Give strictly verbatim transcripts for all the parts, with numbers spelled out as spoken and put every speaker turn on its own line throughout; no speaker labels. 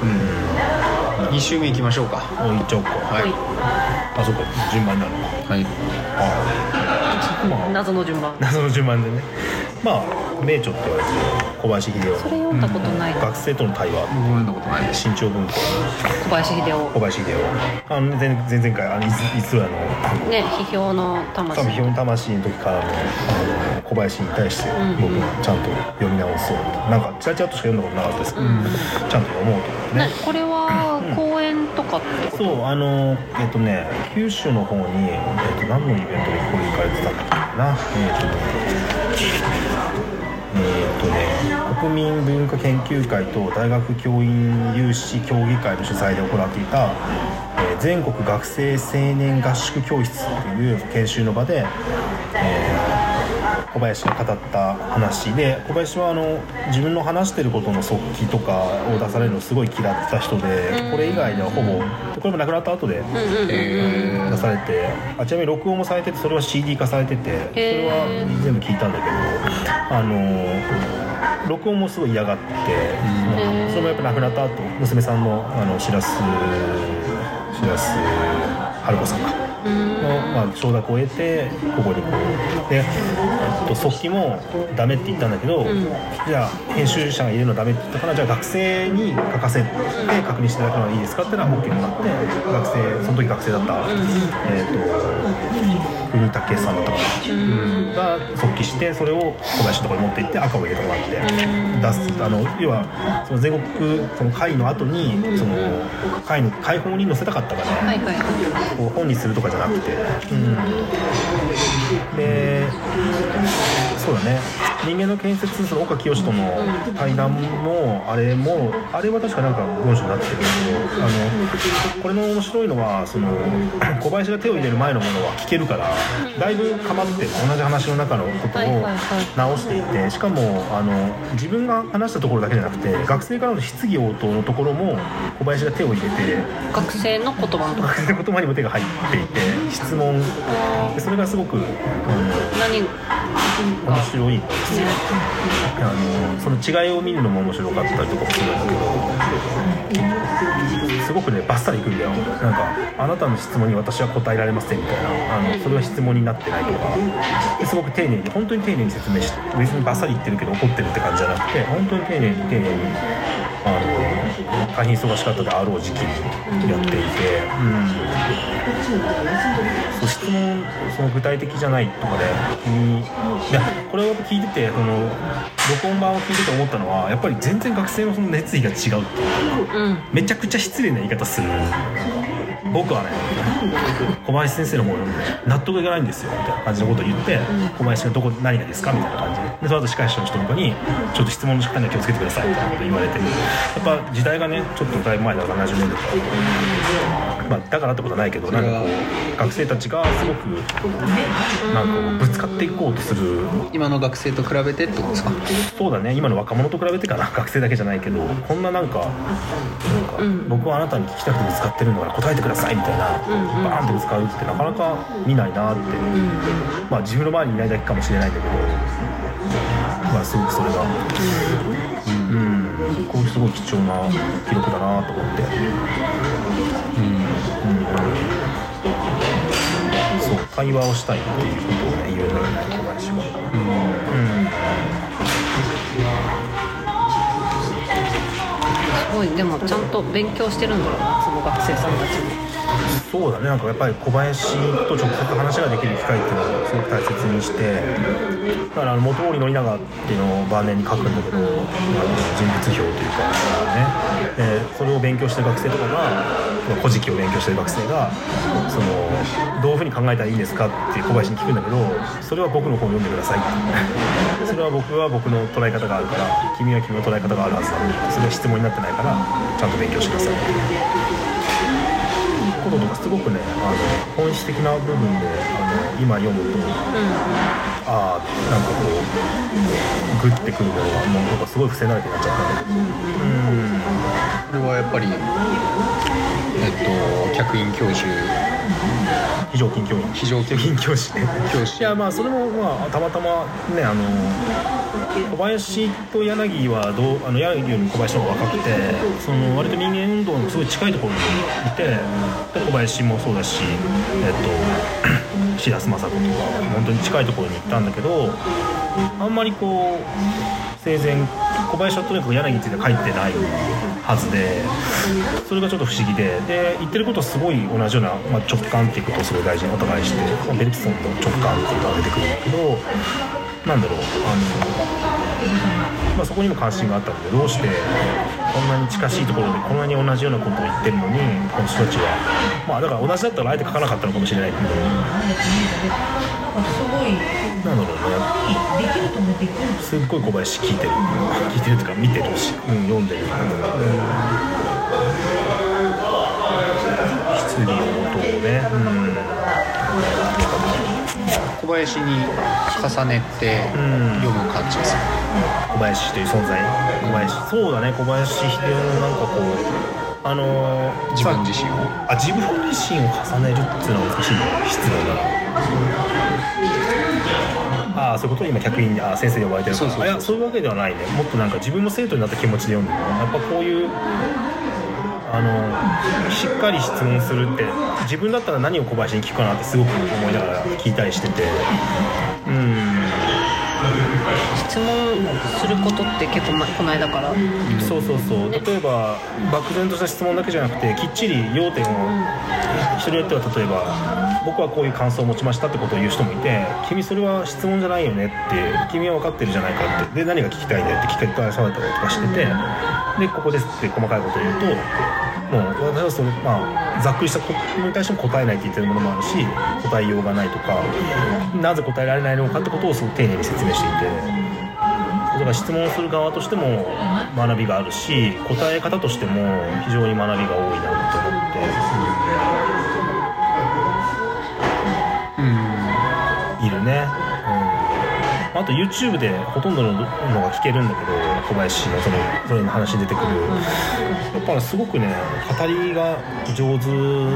うん、に週目いきましょうか。
行っちゃおうか。
はい。
あ、そうか、順番になるのか。
はい。
あ、まあ、
謎の順番。
謎の順番でね。まあ名著って言われてる小林秀夫。
それ読んだことない、うん、
学生との対話。
読んだことない。
新潮文庫。
小林秀夫。
小林秀夫。あの前前々回あのいつらの
ね、批評の魂。
批評の魂の時からの、あの小林に対して僕はちゃんと読み直そうと、うんうん、なんかちらちらとしか読んだことなかったですけど、うん、ちゃんと読もうと思ってね。
これは講演とかってこと？
そう、あのえっとね九州の方に、えっと、何のイベントでこれ行かれてたんだっけな。えっとねえーっとね、国民文化研究会と大学教員有志協議会の主催で行っていた、えー、全国学生青年合宿教室という研修の場で、えー、小林が語った話で、小林はあの自分の話してることの速記とかを出されるのをすごい嫌ってた人で、これ以外ではほぼこれも亡くなった後で、えー、出されて、あちなみに録音もされてて、それは シーディー 化されてて、それは全部聞いたんだけど、あの録音もすごい嫌がって、それもやっぱ亡くなった後、娘さんのあの白洲白洲春子さんかの、まあ、承諾を得てここにこうで、えっと、速記もダメって言ったんだけど、うん、じゃあ編集者が入れるのはダメって言ったから、じゃあ学生に書かせて確認していただくのはいいですかって言ったら OK もらって、学生その時学生だった、うん、えっと国武さんだったかな、うん、が速記して、それを小林のところに持って行って赤を入れてもらって出す。あの要はその全国その会の後にその会の会報に載せたかったから、ね、はいはい、こう本にするとかじゃなくて、うん、でそうだね、人間の建設、その岡清との対談もあれもあれは確かなんか文章になってるけど、あのこれの面白いのはその小林が手を入れる前のものは聞けるから、だいぶかまって同じ話の中のことを直していて、しかもあの自分が話したところだけじゃなくて、学生からの質疑応答のところも小林が手を入れて、
学生の言葉のところ、
学生の言葉にも手が入っていて、質問で、それがすごく、うん、何面白いんですよ、ね、あのその違いを見るのも面白かったりとかもするんだけど、すごくねバッサリいくんだよ。なんかあなたの質問に私は答えられませんみたいな、あのそれは質問になってないとか、すごく丁寧に本当に丁寧に説明して、別にバッサリ言ってるけど怒ってるって感じじゃなくて、本当に丁寧に丁寧にあの大変忙しかったであろう時期にやっていて、うん、そう質問その具体的じゃないとかで、君いやこれを聞いてて、その録音版を聞いてて思ったのは、やっぱり全然学生のその熱意が違うっていうか、うん、めちゃくちゃ失礼な言い方する。僕はね小林先生の方に納得いかないんですよみたいな感じのことを言って、うん、小林がどこ何がですかみたいな感じで、その後司会者の人とかにちょっと質問の仕方には気をつけてくださいみたいなこと言われて、やっぱ時代がねちょっとだいぶ前だからななじゅうねんだいとか、まあ、だからってことはないけど、なんかこう学生たちがすごくなんかこうぶつかっていこうとする、
今の学生と比べてってことですか？
そうだね、今の若者と比べてかな、学生だけじゃないけど、こんななんか、なんか僕はあなたに聞きたくてぶつかってるんだから答えてくださいみたいな、バーンってぶつかるってなかなか見ないなって、まあ自分の周りにいないだけかもしれないんだけど、まあすごくそれが、うん、うん、こういうすごい貴重な記録だなと思って、うん、うん、そう対話をしたいっていうことをね言うんだよね小林は、うんうん、
すごい。でもちゃんと勉強してるんだろうな、その学生さんたちも。
そうだね、なんかやっぱり小林と直接話ができる機会っていうのをすごく大切にして、だから元森宣長っていうのを晩年に書くんだけど、人物表というかね、でそれを勉強してる学生とかが、古事記を勉強してる学生がそのどういうふうに考えたらいいんですかって小林に聞くんだけど、それは僕の本を読んでくださいってそれは僕は僕の捉え方があるから、君は君の捉え方があるはずなのに、それは質問になってないからちゃんと勉強してくださいこととかすごくね、あの本質的な部分であの今読むと、うん、ああなんかこうグッてくるものがもうなんかすごい伏せ慣れてなっちゃったんだけど、うん、
これはやっぱりえっと客員教授
非常勤教員
非常勤
教師ね
教師
いやまあそれもまあたまたまねあの小林と柳はどうあの柳より小林の方が若くてその割と人間運動のすごい近いところにいてで小林もそうだしえっと白洲雅子とか本当に近いところに行ったんだけどあんまりこう生前小林はとにかく柳については書いてないはずでそれがちょっと不思議でで言ってることはすごい同じような、まあ、直感っていうことをすごい大事にお互いして、まあ、ベルクソンの直感っていうのが出てくるんだけどなんだろうあの、まあ、そこにも関心があったのでどうしてこんなに近しいところでこんなに同じようなことを言ってるのにこの人たちはまあだから同じだったらあえて書かなかったのかもしれないけどなんだろうねすっごい小林聞いてる聞いてるというか見てるし、うん、読んでる、うん、質疑応答をね、うん
小林に重ねて読む感じですか、
うん、小林という存在小林そうだね小林秀夫のなんかこうあのー、
自分自身を
あ自分自身を重ねるっていうのは難しいね質問だああそういうこと今客員にあ先生に呼ばれてるからそうそうそういやそういうわけではないねもっとなんか自分も生徒になった気持ちで読んでるやっぱこういうあのしっかり質問するって自分だったら何を小林に聞くかなってすごく思いながら聞いたりしててうん
質問することって結構、ま、この間から、うん、
そうそうそう例えば漠然とした質問だけじゃなくてきっちり要点を人によっては例えば僕はこういう感想を持ちましたってことを言う人もいて君それは質問じゃないよねって君は分かってるじゃないかってで何が聞きたいんだよって聞き返されたりとかしててでここですって細かいことを言うともう私はその、まあ、ざっくりしたことに対しても答えないって言ってるものもあるし答えようがないとかなぜ答えられないのかってことをすごく丁寧に説明していてだから質問する側としても学びがあるし答え方としても非常に学びが多いなと思って、うん、いるね、うん、あと YouTube でほとんどののが聞けるんだけど小林のそのそれの話に出てくるやっぱすごくね語りが上手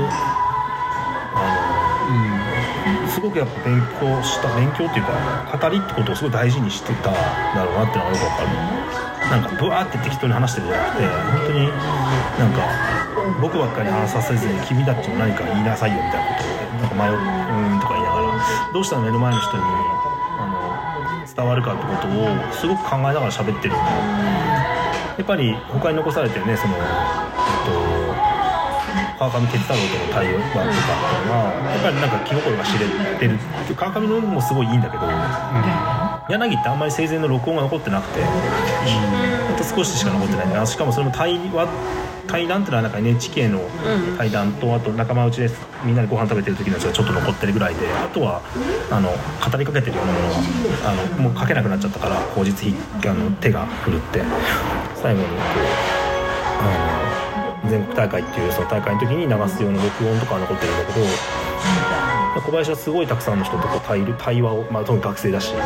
あの、うん、すごくやっぱ勉強した勉強っていうか語りってことをすごい大事にしてたんだろうなっていうのがよくわかるなんかブワーって適当に話してるんじゃなくて本当になんか僕ばっかり話させずに君たちも何か言いなさいよみたいなことをなんか迷ううんとか言いながらどうしたら目の前の人にあの伝わるかってことをすごく考えながら喋ってるんだやっぱり他に残されてるねその、えっと、川上哲太郎との対話とかっていうのはやっぱりなんか気心が知れてる川上のもすごいいいんだけど、うん、柳ってあんまり生前の録音が残ってなくて、うん、ほんと少ししか残ってないしかもそれも対話対談っていうのはなんか エヌエイチケー の対談とあと仲間内でみんなでご飯食べてる時のやつがちょっと残ってるぐらいであとはあの語りかけてるようなものはあのもう書けなくなっちゃったから口実あの手が振るって最後にこうあの全国大会っていうその大会の時に流すような録音とかは残ってるんだけど小林はすごいたくさんの人とこう 対, 対話を、まあ、特に学生だし、うん、持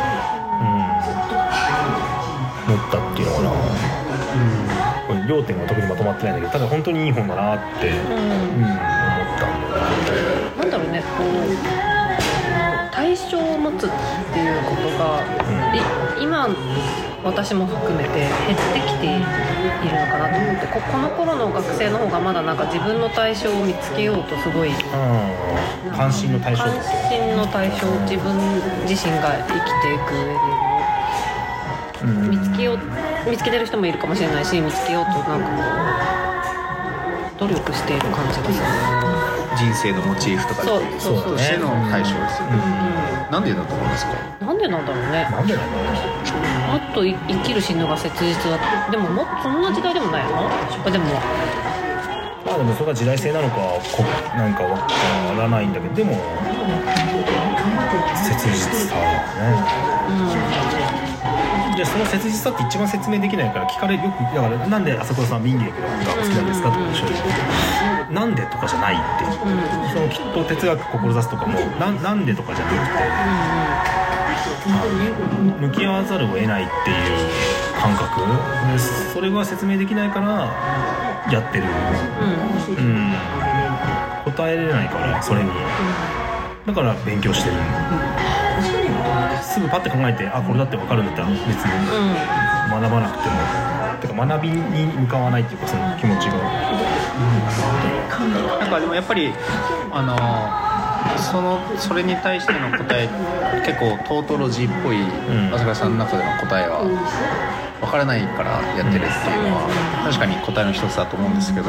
ったっていうのかな、うん、要点は特にまとまってないんだけどただ本当にいい本だなって、うんうん、思ったんだ
なんだろうねこう対象を持つっていうことが、うん、今私も含めて減ってきているのかなと思って こ, この頃の学生の方がまだなんか自分の対象を見つけようとすごい、うん、
関心の対象
関心の対象自分自身が生きていく上で、うん、見つけよう見つけてる人もいるかもしれないし見つけようとなんかこう努力している感じがする
人生のモチーフとか
そうそうそう
としての対象ですよね、うん、なんでだと思いますか
なんでなんだろうね
なんでなんだろう
もっと生きる死ぬが切実だでももそんな時代でもないのでも
まあでもそれが時代性なのかこなんかわからないんだけどでも切実さね、うんでその切実さって一番説明できないから聞かれよくだからなんで朝倉さんは民芸がお好きなんですかとか一緒になんでとかじゃないって、うん、そのきっと哲学志すとかも な, なんでとかじゃなくて、うん、 向き合わざるを得ないっていう感覚で、それが説明できないからやってる、うんうん、答えれないからそれにだから勉強してる、すぐパッて考えてあこれだって分かるんだったら別に学ばなくても、てか学びに向かわないっていうかその気持ちが、
うん、なんかでもやっぱりあのそのそれに対しての答え結構トートロジーっぽい朝倉さんの中での答えは分からないからやってるっていうのは確かに答えの一つだと思うんですけど、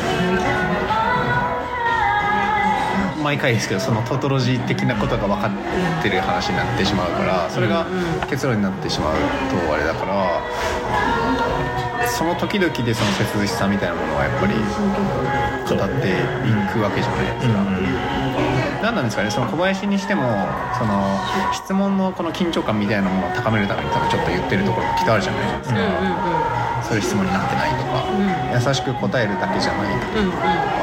毎回ですけどそのトートロジー的なことが分かってる話になってしまうからそれが結論になってしまうとあれだから、その時々でその切実さみたいなものはやっぱり語っていくわけじゃないですか、うんうん、何なんですかね、その小林にしてもその質問のこの緊張感みたいなものを高めるために多分ちょっと言ってるところもきっとあるじゃないですか、うんうんうん、そういう質問になってないとか、うん、優しく答えるだけじゃないとか、うんうん、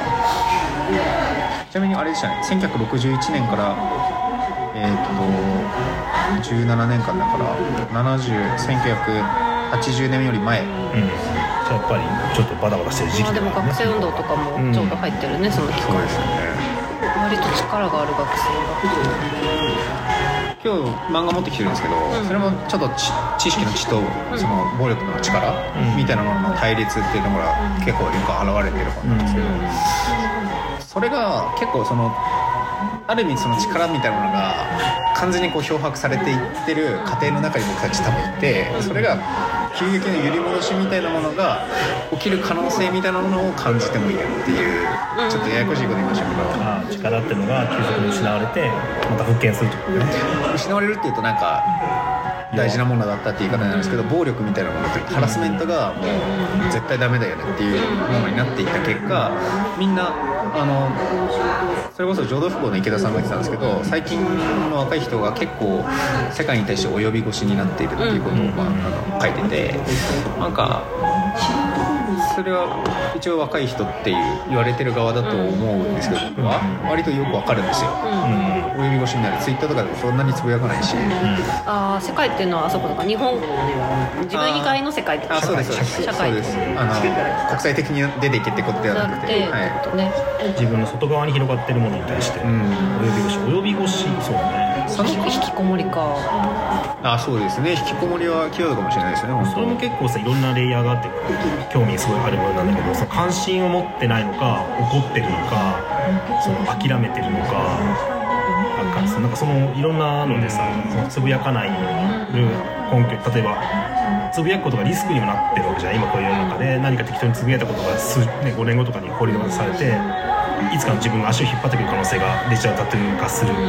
ちなみにあれでしたね、せんきゅうひゃくろくじゅういちねんからえー、っとじゅうななねんかんだからななじゅうせんきゅうひゃくはちじゅうねんより前、うん、
やっぱりちょっとバタバタしてる時期
でも学生運動とかもちょうど入ってるね、うん、その期間、そうですよね、割と力がある学生が今日漫画持ってきてるんですけど、うん、それもちょっと知識の知とその暴力の力、うん、みたいなものの対立っていうのが結構よく現れてる本なんですけど、うん、それが結構そのある意味その力みたいなものが完全にこう漂白されていってる過程の中に僕たち多分いて、それが急激な揺り戻しみたいなものが起きる可能性みたいなものを感じてもいいっていう、ちょっとややこしいこと言いましたけど、
あ力っていうのが急速に失われてまた復権するというね、
失われるっていうとなんか大事なものだったって言い方なんですけど、暴力みたいなものというかハラスメントがもう絶対ダメだよねっていうものになっていった結果、みんなあのそれこそ浄土復興の池田さんが言ってたんですけど、最近の若い人が結構世界に対して及び腰になっているっていうことを、まあ、あの書いてて、なんかそれは一応若い人っていう言われてる側だと思うんですけど、僕は割とよくわかるんですよ、うん、及び腰になる。ツイッターとかでもそんなにつぶやかないし、うん、
あ世界っていうのはあそこだから日本自分以外の世界って
あそうですそうです社会です、あの国際的に出ていけってことではなくて、はいね、
自分の外側に広がってるものに対して、うん、及び腰及び腰そうね、
その引きこもりか、
あそうですね、引きこもりはキーワードかもしれないですね。
それも結構さいろんなレイヤーがあって興味すごいあるものなんだけど、その関心を持ってないのか怒ってるのかその諦めてるのか、なんかそのなんかそのいろんなのでさ、そのつぶやかない根拠、例えばつぶやくことがリスクにもなってるわけじゃん。今こういう世の中で何か適当につぶやいたことが数、ね、ごねんごとかに放り出されていつかの自分が足を引っ張ってくる可能性がデジタルタトゥー化するから、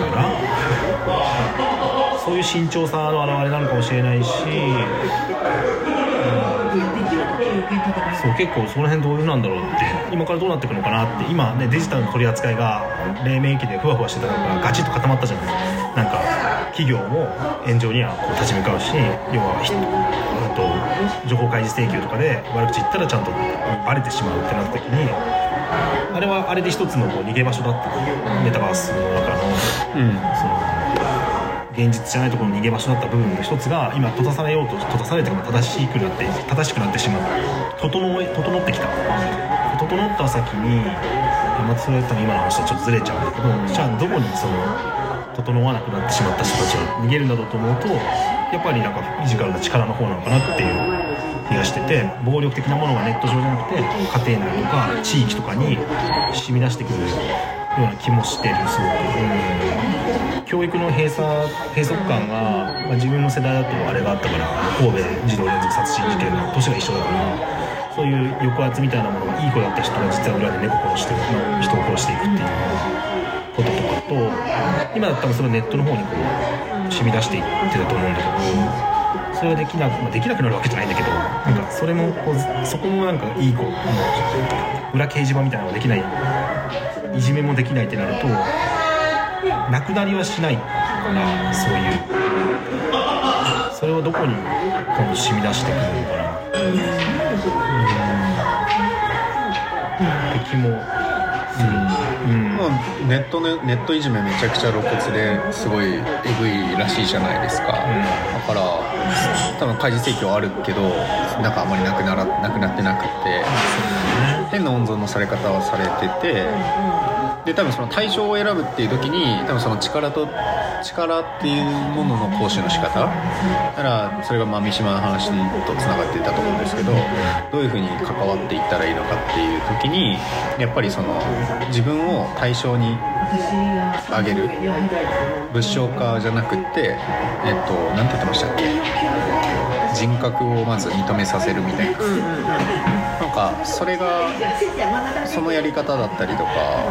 そういう慎重さの表れなのかもしれないし、そう結構その辺どういうなんだろうって、今からどうなっていくのかなって。今ねデジタルの取り扱いが黎明期でふわふわしてたのがガチッと固まったじゃない。なんか企業も炎上にはこう立ち向かうし、要はと情報開示請求とかで悪口言ったらちゃんとバレてしまうってなった時に、あれはあれで一つのこう逃げ場所だったメタバースの中の、うん、その現実じゃないところの逃げ場所だった部分の一つが今閉ざされようと閉ざされてから正しくなって正しくなってしまう、整え整ってきた。整った先にまたそれ多分今の話とちょっとずれちゃうんだけど、じゃあどこにその整わなくなってしまった人たちは逃げるんだろうと思うと、やっぱりなんかフィジカルな力の方なのかなっていう気がしてて、暴力的なものがネット上じゃなくて家庭内とか地域とかに染み出してくるような気もしてる。すごく、うん、教育の閉鎖閉塞感が、まあ、自分の世代だとあれがあったから、神戸児童連続殺人事件の年が一緒だから、そういう抑圧みたいなものがいい子だった人が実は裏で猫殺してる、人を殺していくっていうこととかと、今だったらそれをネットの方にこう染み出していってたと思うんだけど、それはできなく、まあ、できなくなるわけじゃないんだけど、なんかそれもこうそこもなんかいい子、裏掲示板みたいなのができない、いじめもできないってなるとなくなりはしないから、そういうそれをどこに今度染み出してくるのかな、うん、って気も
する、うん、もうネットのネットいじめめちゃくちゃ露骨ですごいエグいらしいじゃないですか、うん、だから多分開示請求はあるけどなんかあまりなくならなくなってなくて、うん、変な温存のされ方はされてて、で多分その対象を選ぶっていう時に多分その力と力っていうものの行使の仕方だからそれがまあ三島の話とつながっていたと思うんですけど、どういうふうに関わっていったらいいのかっていう時にやっぱりその自分を対象に上げる物証化じゃなくってえっとなんて言ってましたっけ、人格をまず認めさせるみたいな、うん、なんかそれがそのやり方だったりとか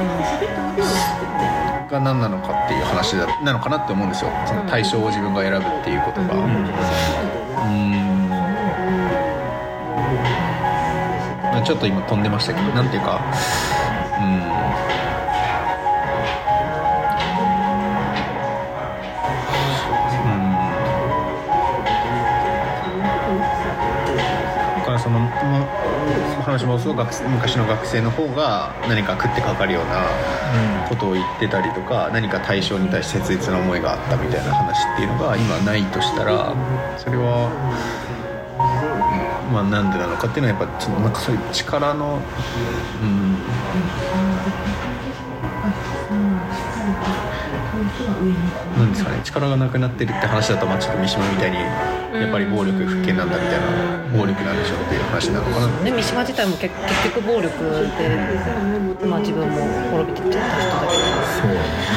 が何なのかっていう話だなのかなって思うんですよ。その対象を自分が選ぶっていうことが、うん、うーんちょっと今飛んでましたけど、なんていうか、うんその話もそう学昔の学生の方が何か食ってかかるようなことを言ってたりとか、何か対象に対して切実な思いがあったみたいな話っていうのが今ないとしたら、それはまあなんでなのかっていうのはやっぱちょっとなんかそういう力のうんなんですかね、力がなくなってるって話だとまあちょっと三島みたいにやっぱり暴力不敬なんだみたいな、暴力なんでしょうっていう話なのかな。
で三島自体も結局暴力で、まあ、自分も滅びてっちゃった人だけど、
そう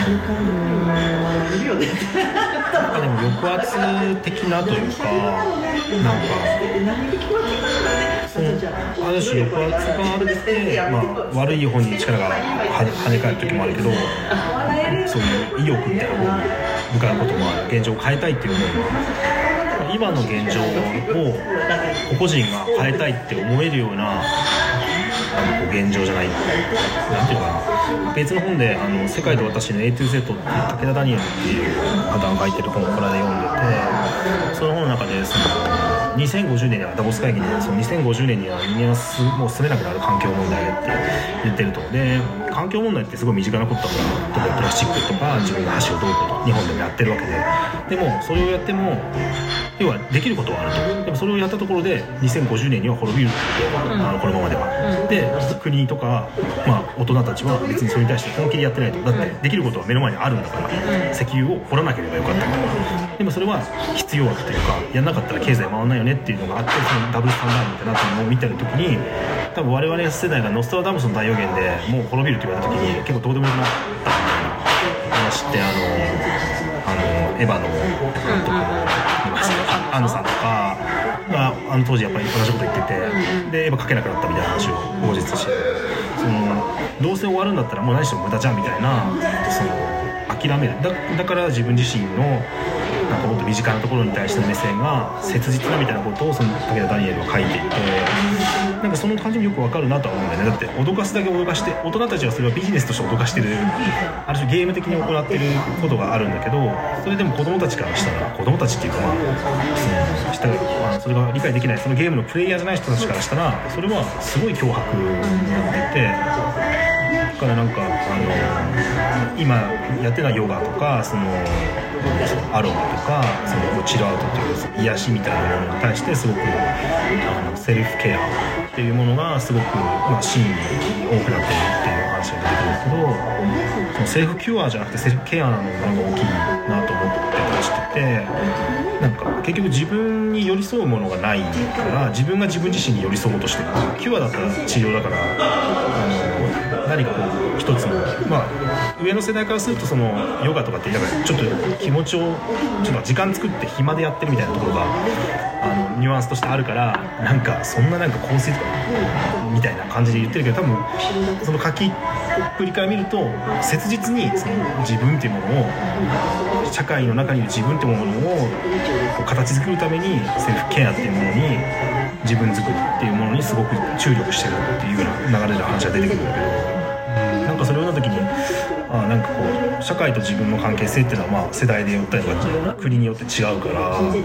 うんでも抑圧的なというか、なんかそのある種抑圧があって、まあ、悪い方に力が跳ね返る時もあるけど、そういう意欲みたいな方に向かうこともある。現状を変えたいっていう思いは今の現状を個々人が変えたいって思えるようなあの現状じゃない、なんていうかな、別の本であの世界と私の エートゥーゼット っていう武田ダニエルっていう方が書いてる本をこの間読んでて、その本の中でそのにせんごじゅうねんにはダボス会議でそのにせんごじゅうねんには人間はすもう住めなくなる環境問題って言ってると。で環境問題ってすごい身近なことだから、プラスチックとか自分が橋をどうこうと日本でもやってるわけで、でもそれをやっても要はできることはあると。でもそれをやったところでにせんごじゅうねんには滅びるって、うん、あのこのままでは、うん、で国とか、まあ、大人たちは別にそれに対して本気でやってないと。だってできることは目の前にあるんだから、うん、石油を掘らなければよかったから。でもそれは必要悪というか、やんなかったら経済回らないよねっていうのがあって、そのダブルスタンダードみたいなのを見てるときに、多分我々世代がノストラダムスの大予言でもう滅びるって言われたときに結構どうでもよくなったみたいな話って、あのあのエヴァの監督のアンヌさんとかがあの当時やっぱり同じこと言ってて、でエヴァ描けなくなったみたいな話を後日して、そのどうせ終わるんだったらもう何しても無駄じゃんみたいな、その諦める だ, だから自分自身のなんかもっと身近なところに対しての目線が切実だみたいなことをその武田ダニエルは書いていて、なんかその感じもよくわかるなとは思うんだよね。だって脅かすだけ脅かして、大人たちはそれはビジネスとして脅かしてる、ある種ゲーム的に行ってることがあるんだけど、それでも子供たちからしたら、子供たちっていうかまあそのした、まあ、それが理解できないそのゲームのプレイヤーじゃない人たちからしたらそれはすごい脅迫になっていて、だからなんかあの今やってないヨガとかそのアロマとかそのチルアウトという癒しみたいなものに対してすごくあのセルフケアっていうものがすごく、まあ、シーンに多くなっているっていう話が出てくるんですけど、そのセルフキュアじゃなくてセルフケアのものが大きいなと思って出してて、なんか結局自分に寄り添うものがないから自分が自分自身に寄り添おうとしてる。キュアだったら治療だから、あの何かこう一つの、まあ、上の世代からするとそのヨガとかってやっぱりちょっと気持ちをちょっと時間作って暇でやってるみたいなところがあのニュアンスとしてあるから、なんかそんななんか香水とかみたいな感じで言ってるけど、多分その書きっぷりから見ると切実にその自分っていうものを社会の中にいる自分っていうものを形作るためにセルフケアっていうものに自分作りっていうものにすごく注力してるっていうような流れで話が出てくるんだけど、なんかそれを読んだ時にあなんかこう社会と自分の関係性っていうのはまあ世代でよったりとか国によって違うから、うん、す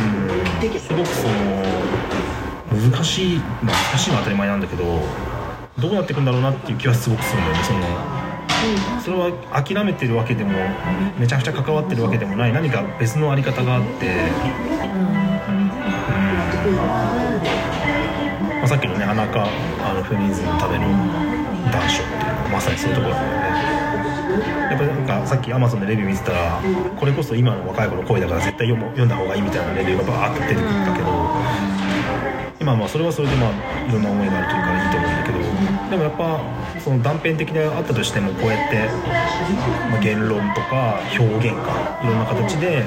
ごくその難しい、まあ、難しいのは当たり前なんだけど、 どうなっていくんだろうなっていう気はすごくするんだよね。そのそれは諦めてるわけでもめちゃくちゃ関わってるわけでもない何か別のあり方があって、うんまあ、さっきのねアナカあのフェミニズムのための談書っていうのはまさにそういうところだよね。やっぱりなんかさっき Amazon でレビュー見てたらこれこそ今の若い子の声だから絶対読も読んだ方がいいみたいなレビューがバーって出てくるんだけど、今まあそれはそれでまあいろんな思いがあるというからいいと思うんだけど、でもやっぱその断片的であったとしてもこうやって、まあ、言論とか表現かいろんな形で、うん、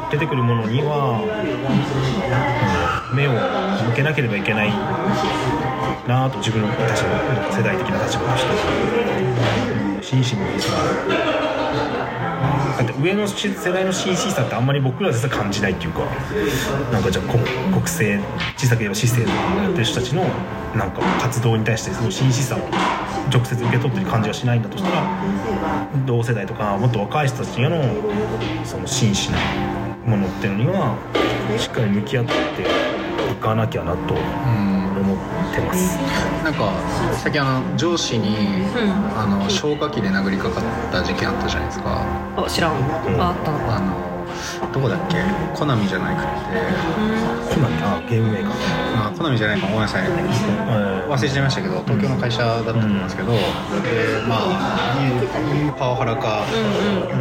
出てくるものには、うん、目を向けなければいけないなと自分の立場世代的な立場として、うん、真摯にさだって上の世代の真摯さってあんまり僕らは実は感じないっていうか、なんかじゃあ 国, 国政小さく言えば市政とかやってる人たちのなんか活動に対してその真摯さを直接受け取ってる感じがしないんだとしたら、同世代とかもっと若い人たちへのその真摯なものっていうのにはしっかり向き合っていかなきゃなと思ってます。
なんか最近あの上司に、うん、あの消火器で殴りかかった事件あったじゃないですか。
あ、知らん、うん、あったのか。
あのどこだっけ、コナミじゃないかって、
コナミ、あ、ゲームメーカー、
あ、コナミじゃないか、ごめんなさい、忘れちゃいましたけど、東京の会社だったと思いますけど、うん、でまあパワハラか、うん、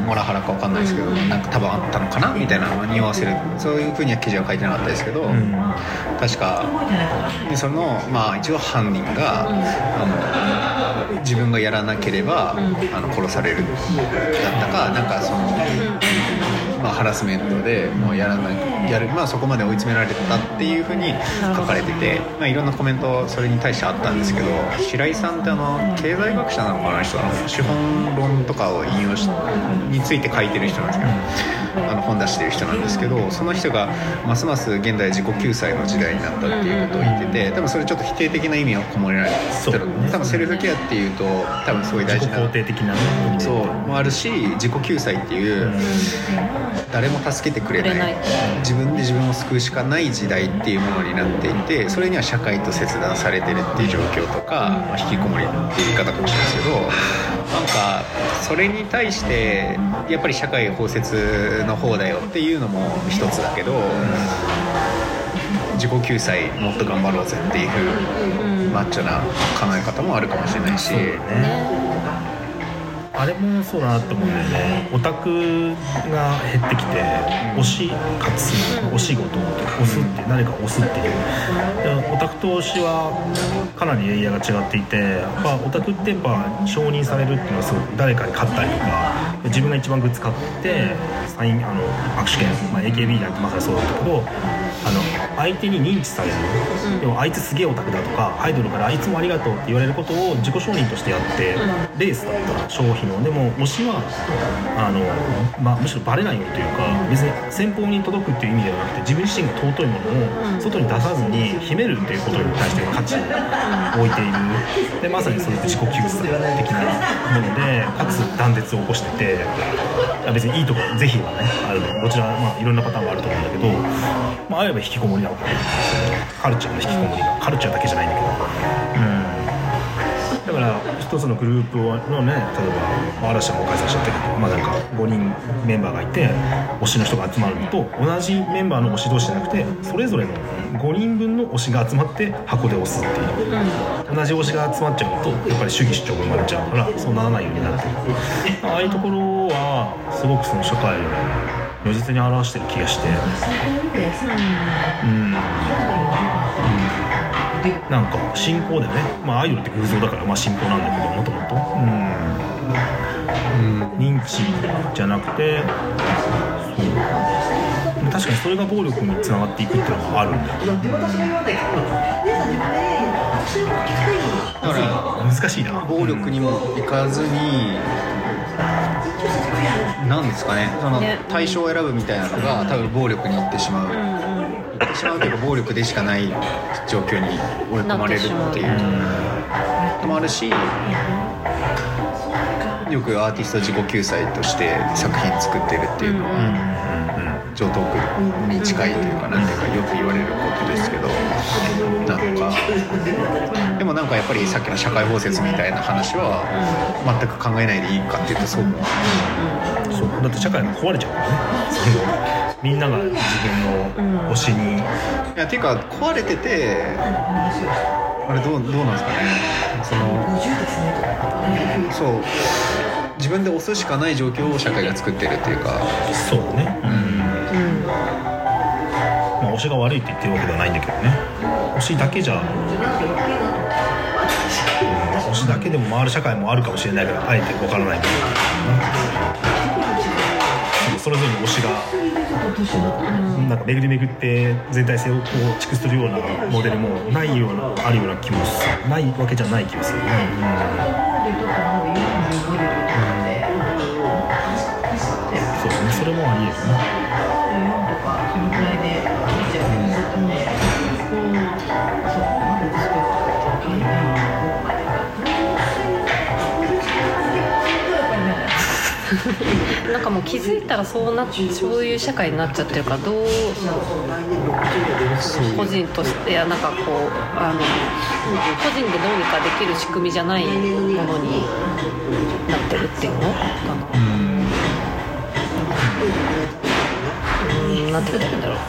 モラハラか分かんないですけど、なんか多分あったのかなみたいなのを匂わせる、そういう風には記事は書いてなかったですけど、うん、確かでその、まあ、一応犯人が、うん、あの自分がやらなければ、うん、あの殺されるだったか、なんかその、まあ、ハラスメントでもうやらないやる、まあ、そこまで追い詰められてたっていう風に書かれてて、まあ、いろんなコメントそれに対してあったんですけど、白井さんってあの経済学者なのかな、人は資本論とかを引用しについて書いてる人なんですけど、あの本出してる人なんですけど、その人がますます現代自己救済の時代になったっていうことを言ってて、多分それちょっと否定的な意味を込められてる、ね、多分セルフケアっていうと多分そういう大事な
自己肯定的な、ね、
そうもあるし、自己救済っていう、うん、誰も助けてくれない、自分で自分を救うしかない時代っていうものになっていて、それには社会と切断されてるっていう状況とか、まあ、引きこもりっていう言い方かもしれないですけど、なんかそれに対してやっぱり社会包摂の方だよっていうのも一つだけど、自己救済もっと頑張ろうぜっていうマッチョな考え方もあるかもしれないし、
あれもそうだなと思うんだよね。オタクが減ってきて、推し活、お仕事推すって誰か推すっていう、オタクと推しはかなりエリアが違っていて、やっぱオタクってやっぱ承認されるっていうのはすごく誰かに勝ったりとか、自分が一番グッズ買ってサイン、あの握手券、まあ、エーケービー なんてまさにそうだったけど、あの相手に認知される、うん、でもあいつすげえオタクだとかアイドルからいつもありがとうって言われることを自己承認としてやって、うん、レースだった消費の、でも推しはあの、まあ、むしろバレないようにというか、別に先方に届くっていう意味ではなくて、自分自身が尊いものを外に出さずに秘めるっていうことに対して価値を置いている。でまさにそれって自己救済的なもので、かつ断絶を起こしてて、別にいいところ是非はねあるの、どちら、まあ、いろんなパターンがあると思うんだけど、まあ、あれば引きこもりなのかな、カルチャーの引きこもりがカルチャーだけじゃないんだけど、うん、だから一つのグループのね、例えば嵐も開催しちゃったけど、まあ、なんかごにんメンバーがいて推しの人が集まるのと、同じメンバーの推し同士じゃなくてそれぞれのごにんぶんの推しが集まって箱で推すっていう、うん、同じ推しが集まっちゃうとやっぱり主義主張が生まれちゃうから、そうならないようになってる。ああいうところはすごくその社会を如実に表してる気がして、うん、うん、なんか信仰だよね。まあアイドルって偶像だから、まあ信仰なんだけど、もともと認知じゃなくて、そう、確かにそれが暴力につながっていくっていうのがあるんだよ、うん、だから難しいな。
暴力にもいかずに、なんですかね、その対象を選ぶみたいなのが多分暴力に行ってしまう、うんうん、行ってしまうというか暴力でしかない状況に追い込まれるっていうのもあるし、よくアーティスト自己救済として作品作ってるっていうのは、 常套句に近いというか、なんていうかよく言われることですけど、なんかでもなんかやっぱりさっきの社会包摂みたいな話は全く考えないでいいかっていうとそうも、
うん、そうだって社会が壊れちゃうからねみんなが自分の推しに、
いやていうか壊れててあれどう、どうなんですかね、そのそう自分で押すしかない状況を社会が作ってるっていうか、
そうだね、うん、うん、まあ推しが悪いって言ってるわけではないんだけどね、推しだけじゃ、うん、推しだけでも回る社会もあるかもしれないからあえて分からないけど、それぞれの推しがなんか巡り巡って全体性を構築するようなモデルもないようなあるような気もする、ないわけじゃない気もする、うんうん、そうね、それもあり得るね、
なんかもう気づいたらそうなそういう社会になっちゃってるから、どう個人としてやなんかこうあの個人でどうにかできる仕組みじゃないものになってるっていうのかな、うん、なんて言ったらいいんだろう、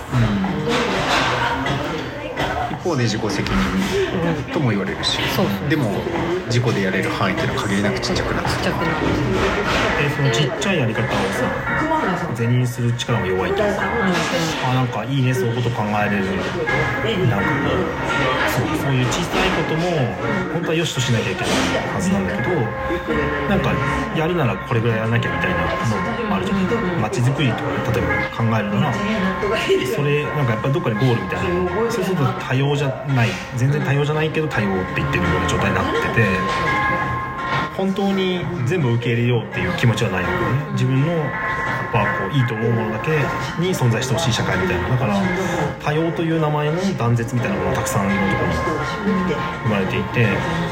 一方で自己責任とも言われるし、
そうそう、
でも自己でやれる範囲っていうのは限りなくちっちゃくなって
ちっちゃくなって、
えそのちっちゃいやり方をさ是認する力も弱いというか、うん、あなんかいいね、そういうこと考えれる、なんかそう、そういう小さいことも本当は良しとしなきゃいけないはずなんだけど、なんかやるならこれぐらいやらなきゃみたいなのもあるじゃない、街づくりとか例えば考えるならそれなんかやっぱりどっかにゴールみたいな、そうすると多様じゃない、全然多様じゃないけど多様って言ってるような状態になってて、本当に全部受け入れようっていう気持ちはないので、ね、自分のやっぱこういいと思うものだけに存在してほしい社会みたいな、だから多様という名前の断絶みたいなものがたくさんいろんなところに生まれていて、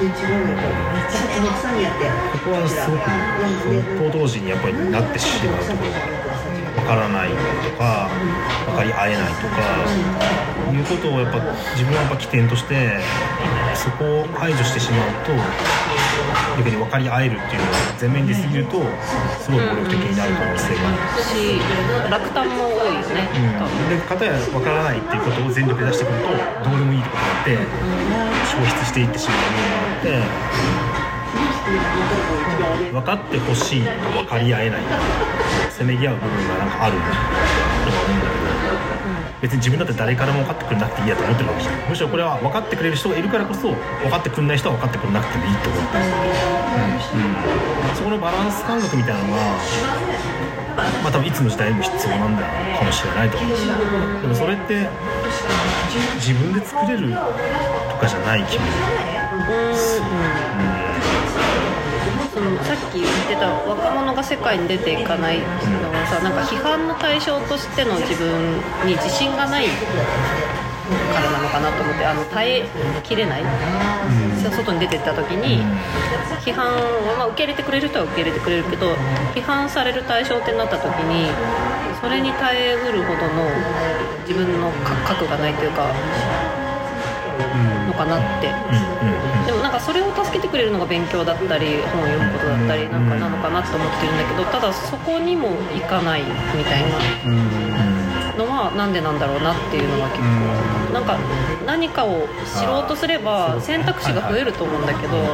ここはすごく報道時にやっぱりなってしまうところがある。分からないとか分かり合えないとかいうことをやっぱ自分はやっぱ起点としてそこを排除してしまうと逆に分かり合えるっていうのが前面に出過ぎるとすごい暴力的になる可能性がある
し、落胆も多いよね、
うん、で片や分からないっていうことを全力で出してくるとどうでもいいってことになって消失していってしまうものがあって、分かってほしいと分かり合えないせめぎ合う部分がなんかあるとは思うんだけど、別に自分だって誰からも分かってくれなくていいやと思ってるわけじゃん。むしろこれは分かってくれる人がいるからこそ分かってくれない人は分かってくれなくてもいいと思ってる、うんうん、そこのバランス感覚みたいなのがまあ多分いつの時代にも必要なんだかもしれないと思う。でもそれって自分で作れるとかじゃない気もする、うん
そのさっき言ってた若者が世界に出ていかないのはさ、なんか批判の対象としての自分に自信がないからなのかなと思って、あの耐えきれない、うん、外に出てった時に批判を、まあ、受け入れてくれる人は受け入れてくれるけど、批判される対象ってなった時にそれに耐えうるほどの自分の核がないというか、のかなって、うんうん、でもなんかそれを助けてくれるのが勉強だったり本を読むことだったりなんかなのかなと思ってるんだけど、ただそこにもいかないみたいなのはなんでなんだろうなっていうのは結構なんか何かを知ろうとすれば選択肢が増えると思うんだけど、その、うん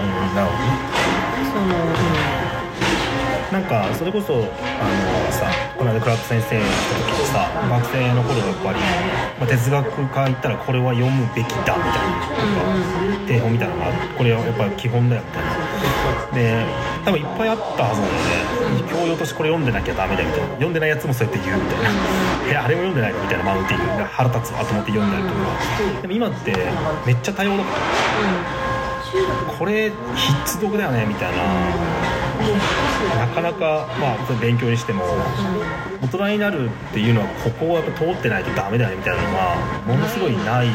なんかそれこそあのさこの間クラップ先生に来た時にさ、学生の頃やっぱり、まあ、哲学科行ったらこれは読むべきだみたいな、うんうん、定本みたいなのがあって、これはやっぱり基本だよみたいなで多分いっぱいあったはずなので、教養としてこれ読んでなきゃダメだみたいな、読んでないやつもそうやって言うみたいな、えあれも読んでないのみたいなマウンティングで腹立つわと思って読んだりとか、でも今ってめっちゃ多様だから、うん、これ必読だよねみたいな、なかなか、まあ、勉強にしても大人になるっていうのはここをやっぱ通ってないとダメだよねみたいなのがものすごいない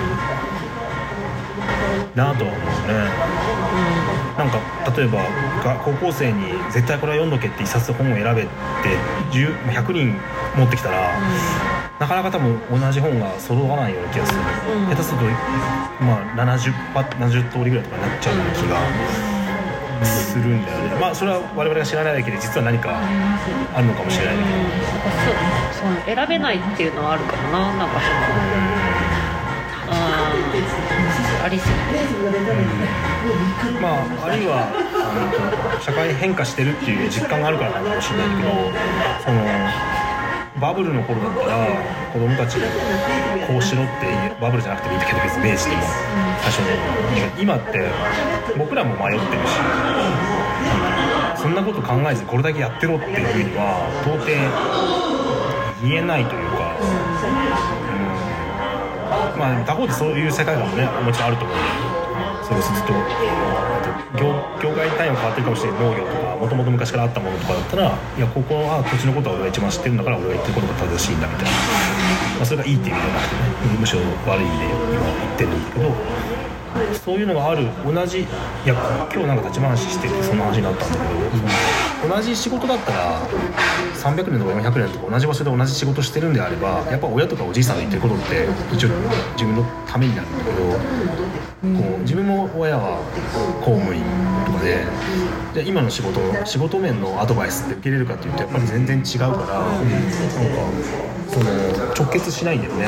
なとは思うね、うん、なんか例えば高校生に絶対これは読んどけって一冊本を選べってひゃくにん持ってきたら、うん、なかなか多分同じ本が揃わないような気がする、うん、下手すると、まあ、ななじゅう, ななじゅう通りぐらいとかになっちゃうような気がするんだよね。まあそれは我々が知らないだけで実は何かあるのかもしれないんだけど、
そう、そう選べないっていうのはあるかもな。なんかそのあありすぎて、
うん、まああるいはあの社会変化してるっていう実感があるからなのかもしれないけど、そのバブルの頃だったら子供たちがこうしろってバブルじゃなくてもいいんだけど別に明治でも最初に今って僕らも迷ってるし、そんなこと考えずこれだけやってろっていうふうには到底言えないというか、うん、まあ他方でそういう世界観もねもちろんあると思うんで、それをずっと業, 業界単位は変わってるかもしれない。農業とかもともと昔からあったものとかだったら、いやここは土地のことは俺が一番知ってるんだから俺が言ってることが正しいんだみたいな、まあ、それがいいっていう意味ではなくてね、むしろ悪い意味で今言ってるんだけど、そういうのがある。同じ、いや今日なんか立ち回ししててそんな話になったんだけど、同じ仕事だったらさんびゃくねんとかよんひゃくねんとか同じ場所で同じ仕事してるんであれば、やっぱ親とかおじいさんが言ってることって一応自分のためになるんだけど、こう自分も親は公務員とかで、で今の仕事仕事面のアドバイスって受けれるかっていうとやっぱり全然違うから、うん、なんかその直結しないんだよね。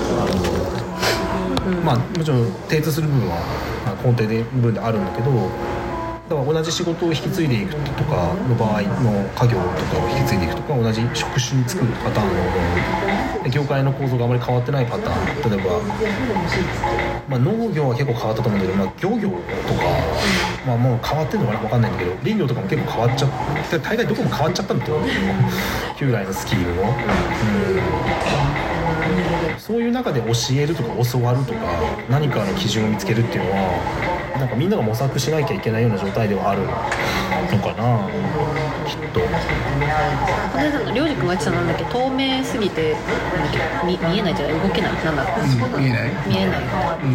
あのまあもちろん精通する部分は根底で部分であるんだけど、だから同じ仕事を引き継いでいくとかの場合の家業とかを引き継いでいくとか、同じ職種に就くパターンので業界の構造があまり変わってないパターン、例えば、まあ、農業は結構変わったと思うんだけど、まあ、漁業とか、まあ、もう変わってるのかな分かんないんだけど、林業とかも結構変わっちゃって大概どこも変わっちゃったんだと思うんだけど旧来のスキルの、うん、そういう中で教えるとか教わるとか何かの基準を見つけるっていうのはなんかみんなが模索しなきゃいけないような状態ではあるのかな、きっと。
金さんのりょうじくんが言ってたなんだっけ、透明すぎて見, 見えないじゃない、動けない、なんだろう、
うん、見えない
見えない、うん、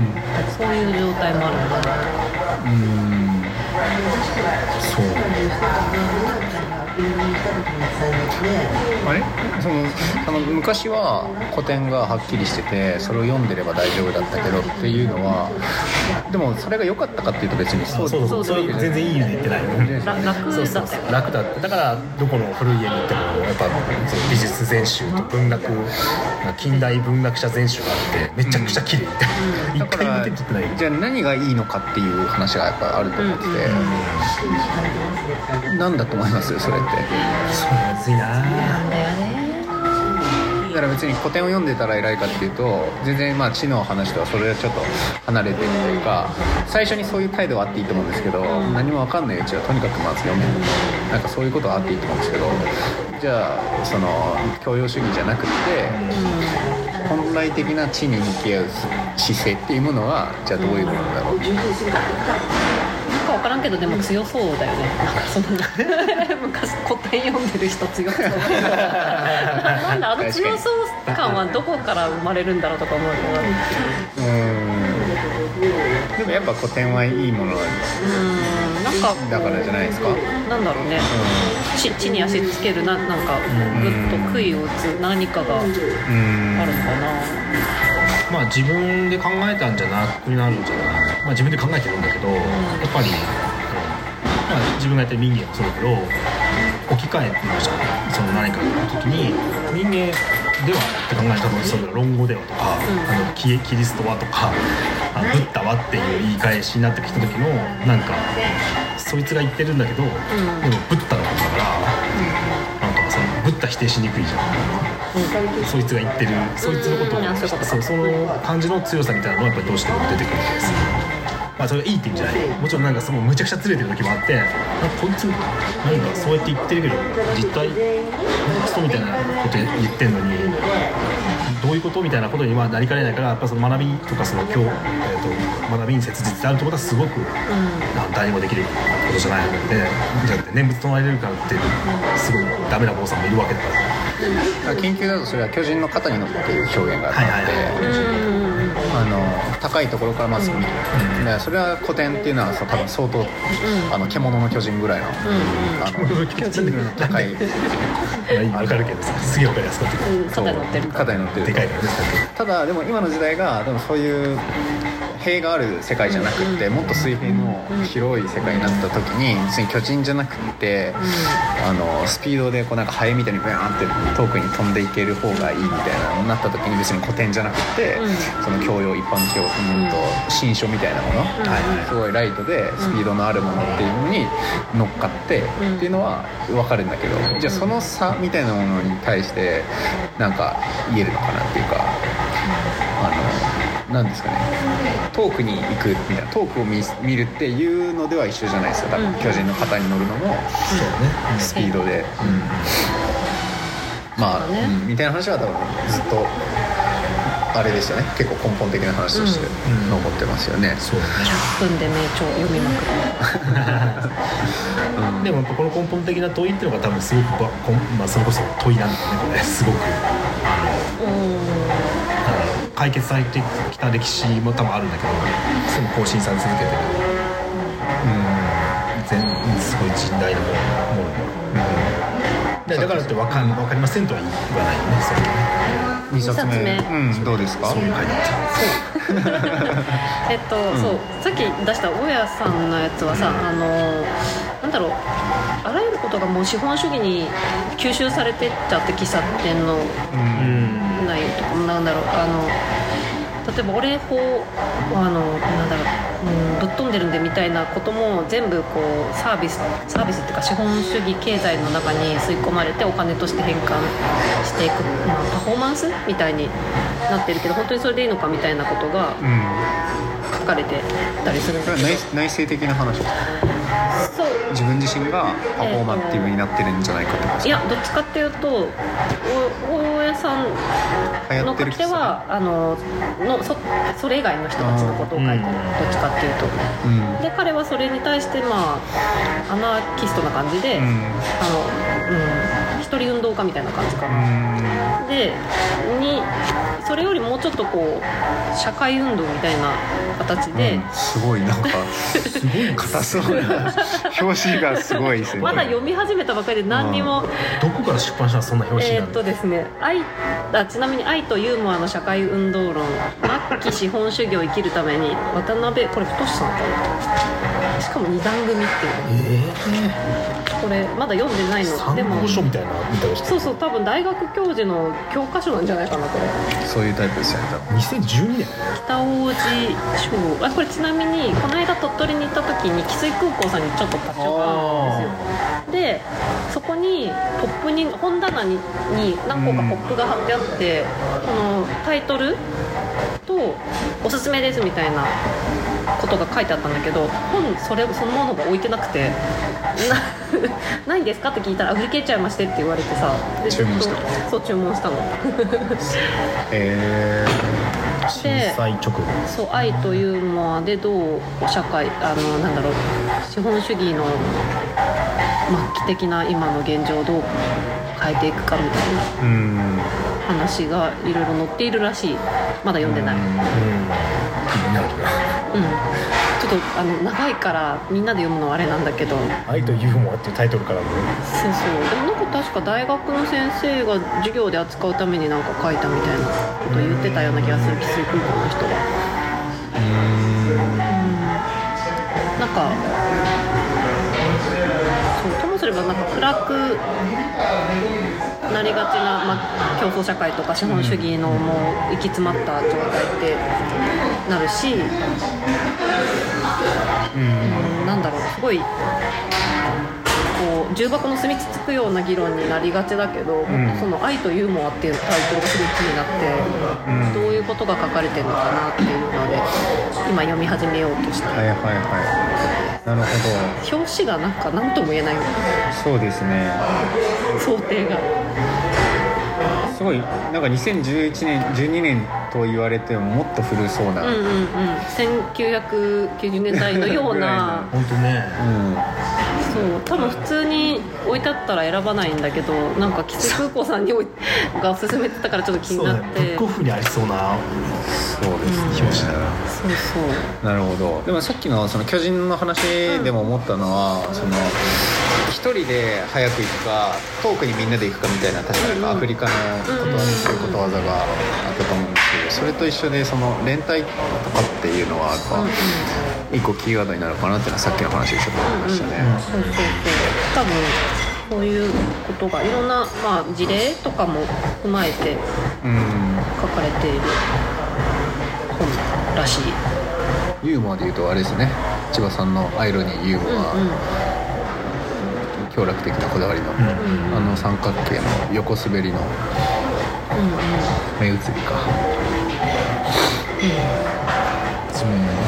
そういう状態もあるのかな。
うーん、そう
あれそのあの昔は古典がはっきりしててそれを読んでれば大丈夫だったけどっていうのは、でもそれが良かったかっていうと別にそう
そうそうそう、全然いい意味で言ってないの。
楽だったよ。
楽だった。だからどこの古い家に行ってもやっぱ美術全集と文学近代文学者全集があってめちゃくちゃ綺麗って一、うん、回見て撮ってない。
じゃあ何がいいのかっていう話がやっぱあると思ってて、うん、なんだと思いますそれって。
そうむずいな。
なんだよね。
だから別に古典を読んでたら偉いかっていうと全然まあ知の話とはそれはちょっと離れてるというか、最初にそういう態度はあっていいと思うんですけど、何も分かんないうちはとにかくまず読める、なんかそういうことはあっていいと思うんですけど、じゃあその教養主義じゃなくて本来的な知に向き合う姿勢っていうものはじゃあどういうものだろう。
なんか分からんけどでも強そうだよね。なんかその昔古典読んでる人強そうなんだあの強そう感はどこから生まれるんだろうとか思うけど、う
ーん、でもやっぱ古典はいいものなんです。うーん、なんかだからじゃないですか。
なんだろうね、うん、地, 地に足つけるな、なんかぐっと杭を打つ何かがあるのかな。
まあ自分で考えたんじゃなくなるんじゃない、まあ、自分で考えてるんだけど、うん、やっぱり、うんまあ、自分がやってる民芸もそうだけど置き換えてるじゃん。その何かの時に民芸ではって考えたらそうだ論語ではとか、うん、あの キ, キリストはとかあのブッダはっていう言い返しになってきた時のなんかそいつが言ってるんだけど、うん、でもブッダのことだから、うん、なんかそのブッダ否定しにくいじゃん。うん、そいつが言ってるそいつのことを、うん、そうその感じの強さみたいなのはやっぱりどうしても出てくるんです。まあそれがいいって意味じゃない。もちろんなんかそのむちゃくちゃずれてる時もあって、なんかこいつなんかそうやって言ってるけど実態クソみたいなこと言ってんのにどういうことみたいなことにはなりかねないから、やっぱその学びとかその今日、えー、と学びに切実であるってことはすごく、うん、誰にもできることじゃないので、じゃあ念仏唱えれるからってすごいダメな坊さんもいるわけだから。
研究だとそれは巨人の肩に乗っている表現があって、はいはいはい、あの高いところからまず見る、うん、でそれは古典っていうのは多分相当、うん、あの獣の巨人ぐらいの、うん、あの高い
分かるけどさすげえ分かりやすかった、
うん、肩に乗ってる
肩に乗ってる
でかいからね。
ただでも今の時代がでもそういう塀がある世界じゃなくって、もっと水平の広い世界になった時に別に巨人じゃなくって、あのスピードでこうなんかハエみたいにブヤーンって遠くに飛んでいける方がいいみたいなのになった時に、別に古典じゃなくて、その教養一般教うんと新書みたいなもの、すごいライトでスピードのあるものっていうのに乗っかってっていうのは分かるんだけど、じゃあその差みたいなものに対してなんか言えるのかなっていうか、あのなんですかね、遠くに行くみたいな、遠くを 見, 見るっていうのでは一緒じゃないですか、多分、うん、巨人の肩に乗るのも、うん、スピードで、うん、まあ、ね、うん、みたいな話は多分ずっとあれでしたね、結構根本的な話として残ってますよね、うんうん、
そうだね。
ひゃっぷんで名著読みまくる、
うん、でもやっぱこの根本的な問いっていうのが多分すごく、まあ、それこそ問いなんだよね、これすごくあの、うん解決されてきた歴史も多分あるんだけど、その更新され続けてる、うん、全すごい甚大なもの、うん、だからって分 か, 分かりませんとは言わないよね、それね。
にさつめ、うん、どうですか？
そういう書いてあった。
えっと、うん、そうさっき出した大家さんのやつはさ、うん、あのなんだろう、あらゆることがもう資本主義に吸収されてっちゃって、喫茶店の、うん、内容とかもなんだろう、あの例えば俺法あのなんだろう、うん、ぶっ飛んでるんでみたいなことも全部こうサービスサービスっていうか資本主義経済の中に吸い込まれてお金として変換していく、まあ、パフォーマンスみたいになってるけど、本当にそれでいいのかみたいなことが書かれてたりするんだけど、
内, 内省的な話ですか？
そう、
自分自身がパフォーマティブになってるんじゃないかってことですか？
いや、どっちかっていうと大家さんの書き手はあのの そ, それ以外の人たちのことを書いてる、どっちかっていうと、うん、で彼はそれに対して、まあ、アナーキストな感じで、うん、あのうん、一人運動家みたいな感じかな、うん、でにそれよりもうちょっとこう社会運動みたいな形で、うん、
すごいなんかすごい硬そうな表紙がすごいですね。
まだ読み始めたばかりで何にも、うん、
どこから出版したらそんな表紙なの？
えーっとですね、愛あちなみに愛とユーモアの社会運動論、末期資本主義を生きるために渡辺、これ太さんかな、しかもに段組っていう、えー、これまだ読んでないの。
参考書みたいな見たりして、
そうそう、多分大学教授の教科書なんじゃないかな、これ。
そういうタイプですよね、多分。
にせんじゅうにねん
北大路賞、あ、これちなみにこの間鳥取に行った時に汽水空港さんにちょっと立ち寄ったんですよ。でそこにポップに本棚 に, に何個かポップが貼ってあって、うん、このタイトルとおすすめですみたいなことが書いてあったんだけど、本それそのものが置いてなくてなないんですかって聞いたら売り切れちゃいましてって言われてさ、で
注文した
そう注文したの
えー、震災直後、
そう愛とユーモアでどう社会あのなんだろう資本主義の末期的な今の現状をどう変えていくかみたいな話がいろいろ載っているらしい。まだ読んでない。うん、うん、
気になるな。
うん、ちょっとあの長いからみんなで読むのはあれなんだけど、
愛とユーモアっていうタイトルからも、
そうそう、でもなんか確か大学の先生が授業で扱うためになんか書いたみたいなことを言ってたような気がする、汽水空港の人が。うーん、なんかそうともすればなんか暗くなりがちな、まあ、競争社会とか資本主義のもう行き詰まった状態ってなるし、うん、なんだろう、すごいこう重箱の隅つつくような議論になりがちだけど、うん、その愛とユーモアっていうタイトルがすごい気になって、うん、どういうことが書かれてるのかなっていうので今読み始めようとして、
はいはいはい、なるほ
ど。表紙がなんか何とも言えない。
そうですね、
想定が
すごいなんかにせんじゅういちねんじゅうにねんと言われてももっと古そうな、
うんうんうん、せんきゅうひゃくきゅうじゅうねんだいのような
本当ね、うん、
そう多分普通に置いてあったら選ばないんだけど、なんか吉瀬空港さんにが勧めてたからちょっと気になって、
ブックオフにありそうな
そうです、表紙だな。
そうそう
なるほど。でもさっきのその巨人の話でも思ったのは、うん、その一人で早く行くか遠くにみんなで行くかみたいな、確かにアフリカのことわざ、うん、ことわざがあったと思うんですけど、それと一緒でその連帯とかっていうのはやっぱ一個キーワードになるかなっていうのはさっきの話でちょっと思いましたね。
うんうん、そうそうそう。多分そういうことがいろんな、まあ、事例とかも踏まえて書かれている本らしい。
ユーモアでいうとあれですね、千葉さんのアイロニーユーモア、うんうん、強楽的なこだわりの、うんうん、あの三角形の横滑りの目移りか、
うんうん、そう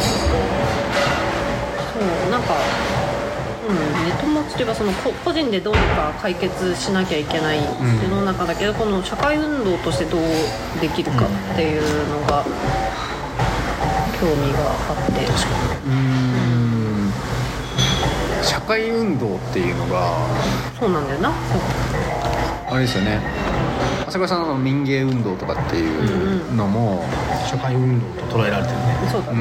なんか、うん、ネット持ちというかその個人でどうにか解決しなきゃいけない世の中だけど、うん、この社会運動としてどうできるかっていうのが興味があって、確かに、うーん、
社会運動っていうのが
そうなんだよな。
あれですよね、朝倉さんの民芸運動とかっていうのも、
うんうん、社会運動と捉えられてるね。
そうだね。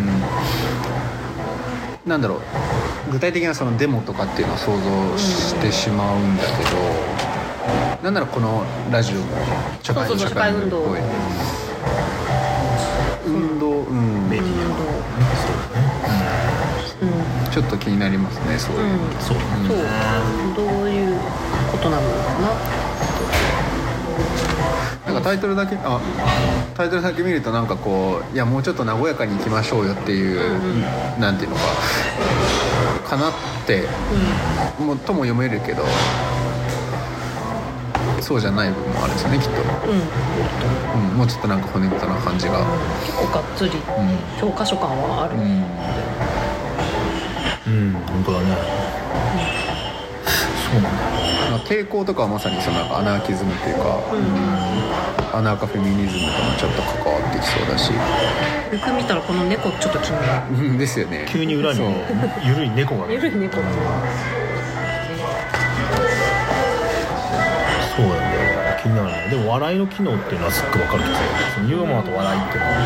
うん、なんだろう、具体的なそのデモとかっていうのを想像してしまうんだけど、うん、なんならこのラジオも
社会運動っぽい
運動、うん、メディア、うん、ちょっと気になりますね、そういう、うん、
そう、うん、そうどういうことなのかな。
なんかタイトルだけあタイトルだけ見るとなんかこう、いやもうちょっと和やかにいきましょうよっていう、うんうん、なんていうのかかなって、うん、もとも読めるけどそうじゃない部分もあるんですよね、きっと、うんうん、もうちょっとなんか骨太な感じが
結構がっつり、うん、教科書感はある、
うん、うん、本当だね、うん、そうなんだよ。
抵抗とかはまさにそのなんかアナーキズムっていうか、うん、アナーカフェミニズムともちょっと関わってきそうだし、
よく見たらこの猫ちょっと気にな
るですよね。
急に裏にゆるい猫が
ゆるい猫が
そうなんだよ、気になるね。でも笑いの機能っていうのはすっごい分かるけど、そのユーモアと笑いっていうのは、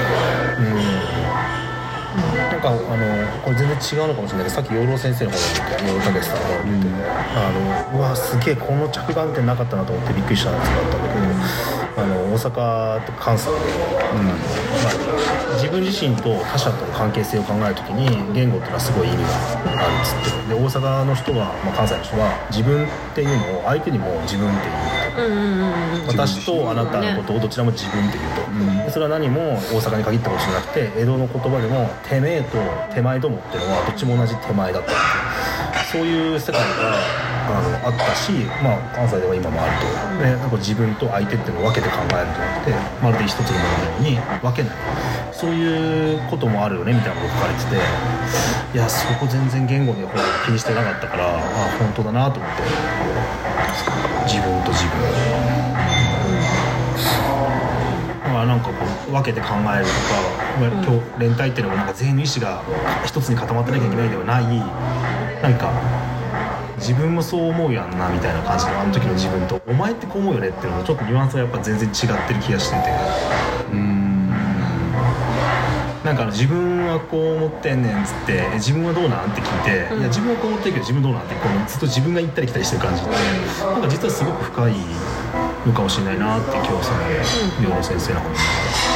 うん、なんかあのこれ全然違うのかもしれないけど、さっき養老先生の方で見て、養老たけしさんの方で見て、うん、あのうわすげえこの着眼点なかったなと思ってびっくりしたやつがあったんだけど、あの大阪と関西で、うんまあ、自分自身と他者との関係性を考えるときに言語っていうのはすごい意味があるっつって、で大阪の人は、まあ、関西の人は自分っていうのを相手にも自分っていう、うんうんうん、私とあなたのことをどちらも自分っていうと、うん、それは何も大阪に限ったことじゃなくて、江戸の言葉でもてめえと手前どもっていうのはどっちも同じ手前だったっていう、そういう世界があのあったし、まあ、関西では今もあると、でなんか自分と相手っていうのを分けて考えるんじゃなくて、まるで一つのもののように分けない、そういうこともあるよねみたいなことが書かれてて、いやそこ全然言語でほら気にしてなかったから、あ本当だなと思って、自分と自分、まあなんかこう分けて考えるとか、今日連帯っていうのもなんか全員の意思が一つに固まってなきゃいけないではない、なんか自分もそう思うやんなみたいな感じのあの時の自分と、お前ってこう思うよねっていうのもちょっとニュアンスがやっぱ全然違ってる気がしてて、うーんなんか自分はこう思ってんねんっつって自分はどうなんって聞いて、うん、いや自分はこう思ってるけど自分どうなんってこうずっと自分が行ったり来たりしてる感じってなんか実はすごく深いのかもしれないなって今日その養老先生の本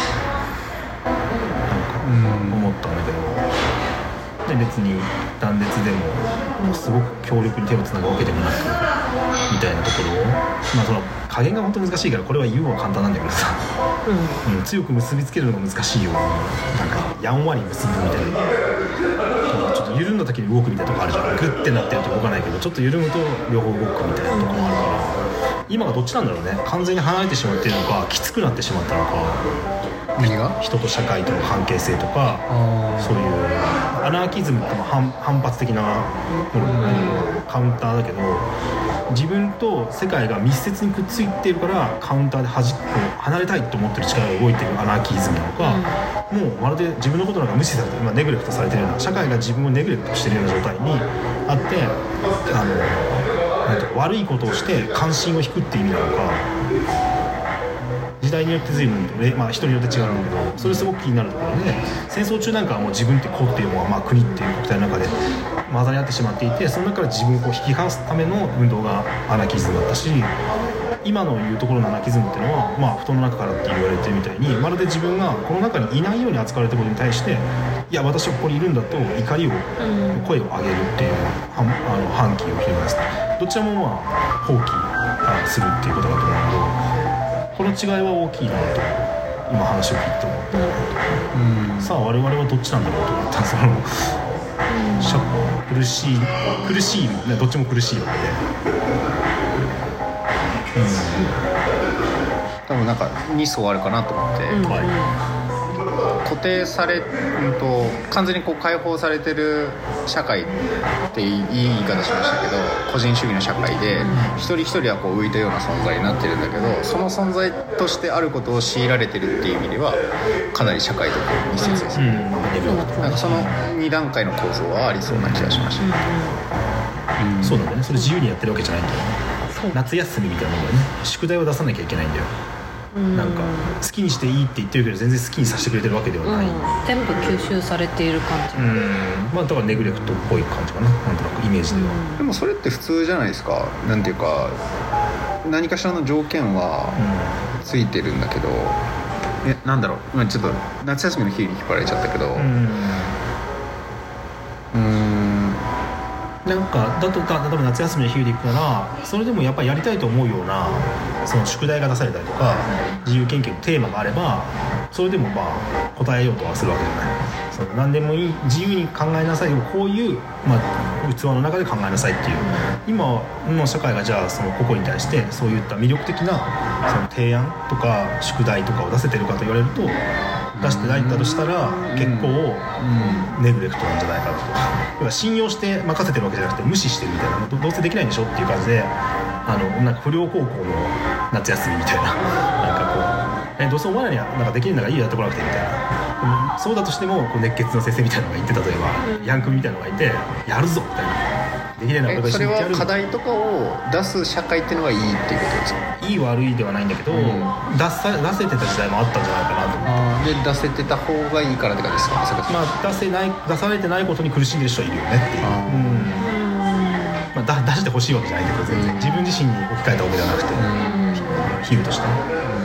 なんか思ったんだけど、で別に断絶でもすごく強力に手をつなぐわけでもなくみたいなところを、まあその加減が本当難しいからこれは言うのは簡単なんだけどさ、うんうん、強く結びつけるのが難しいようになんかやんわり結ぶみたいな、ちょっと緩んだ時に動くみたいなとこあるじゃん。グッてなってると動かないけどちょっと緩むと両方動くみたいなところもあるから、今がどっちなんだろうね。完全に離れてしまっているのかきつくなってしまったのか、
何が
人と社会との関係性とか、そういうアナーキズムってのは 反, 反発的なもの、うん、カウンターだけど、自分と世界が密接にくっついているからカウンターで端っこ離れたいと思ってる力が動いているアナーキズムなのか、うん、もうまるで自分のことなんか無視されてる、まあ、ネグレクトされてるような、社会が自分をネグレクトしているような状態にあって、あのなんていうか悪いことをして関心を引くっていう意味なのか、時代によって随分、まあ、人によって違うんだけど、それすごく気になるところで、戦争中なんかはもう自分ってこうっていうのは、まあ、国っていう国体の中で混ざり合ってしまっていて、その中から自分をこう引き離すための運動がアナキズムだったし、今の言うところのアナキズムっていうのは、まあ、布団の中からって言われてるみたいに、まるで自分がこの中にいないように扱われてることに対して、いや私はここにいるんだと怒りを、声を上げるっていうあの反旗を翻す、どちらもまあ放棄するっていうことだと思うけど、この違いは大きいなと今話を聞いて思った、うん、さあ我々はどっちなんだろうと思った。その、うん、苦しい苦しいどっちも苦しいわけで、
うん、多分なんかに層あるかなと思って、うん、はい、固定され、うん、と完全にこう解放されてる社会っていい言い方しましたけど、個人主義の社会で、うん、一人一人はこう浮いたような存在になってるんだけど、その存在としてあることを強いられてるっていう意味ではかなり社会とこう密接ですよね、うん、なんかそのに段階の構造はありそうな気がしました、
うんうん、そうだね。それ自由にやってるわけじゃないんだよね。夏休みみたいなものだね。宿題を出さなきゃいけないんだよ。なんか好きにしていいって言ってるけど全然好きにさせてくれてるわけではない、うん、
全部吸収されている感じ、うん、
まあだからネグレクトっぽい感じかな、なんとなくイメージでは、うん、
でもそれって普通じゃないですか。なんていうか何かしらの条件はついてるんだけど、うん、えなんだろう、今ちょっと夏休みの日に引っ張られちゃったけど、うん、うーん
なんかだとか例えば夏休みの日で行くなら、それでもやっぱりやりたいと思うようなその宿題が出されたりとか自由研究のテーマがあれば、それでもまあ答えようとはするわけじゃない。その何でもいい、自由に考えなさい、こういう、まあ、器の中で考えなさいっていう、今の社会がじゃあその個々に対してそういった魅力的なその提案とか宿題とかを出せてるかと言われると、出してないんだとしたら結構ネグレクトなんじゃないかなと。要は信用して任せてるわけじゃなくて無視してるみたいな、どうせできないんでしょっていう感じで、あのなんか不良高校の夏休みみたいな、なんかこうえどうせお前らにはなんかできるんだからいいよやってこなくてみたいな。そうだとしてもこう熱血の先生みたいなのが言ってた、例えばヤンクみたいなのがいてやるぞみたいな、できないなら俺が一緒にやる。
それは課題とかを出す社会っていうのがいいっていうことですか？
いい悪いではないんだけど、うん、出, さ出せてた時代もあったんじゃないかなと思って。
で出せてた方がいいからって感じですか？
まあ出せない出されてないことに苦しんでる人はいるよねっていう、うん、まあ、出してほしいわけじゃないんだけど全然、うん、自分自身に置き換えたわけじゃなくて、うん、比喩として、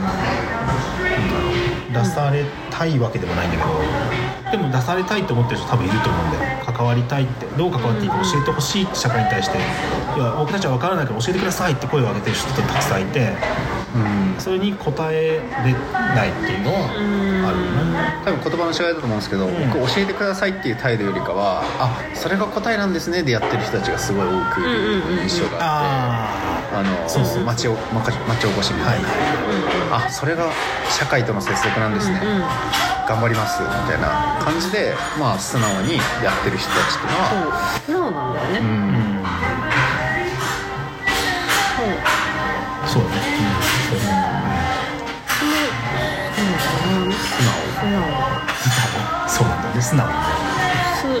うん、出されたいわけでもないんだけど、でも出されたいと思ってる人多分いると思うんだよ。関わりたいって、どう関わっていいか教えてほしいって社会に対して、いや僕たちは分からないから教えてくださいって声を上げてる人ってたくさんいて、うん、それに答えれないっていうのはあるよね。
多分言葉の違いだと思うんですけど、うん、僕教えてくださいっていう態度よりかは、あそれが答えなんですねでやってる人たちがすごい多くいる印象があって、あのそうそう町お町おこしみたいな、はい、あそれが社会との接続なんですね、うんうん、頑張りますみたいな感じで、まあ、素直にやってる人たちっていうのは
素直なんだよね、うんうん、
そうそうだね、うん、そうだね、
うん、素直素直
そうなんだね、素直
す素直、うん、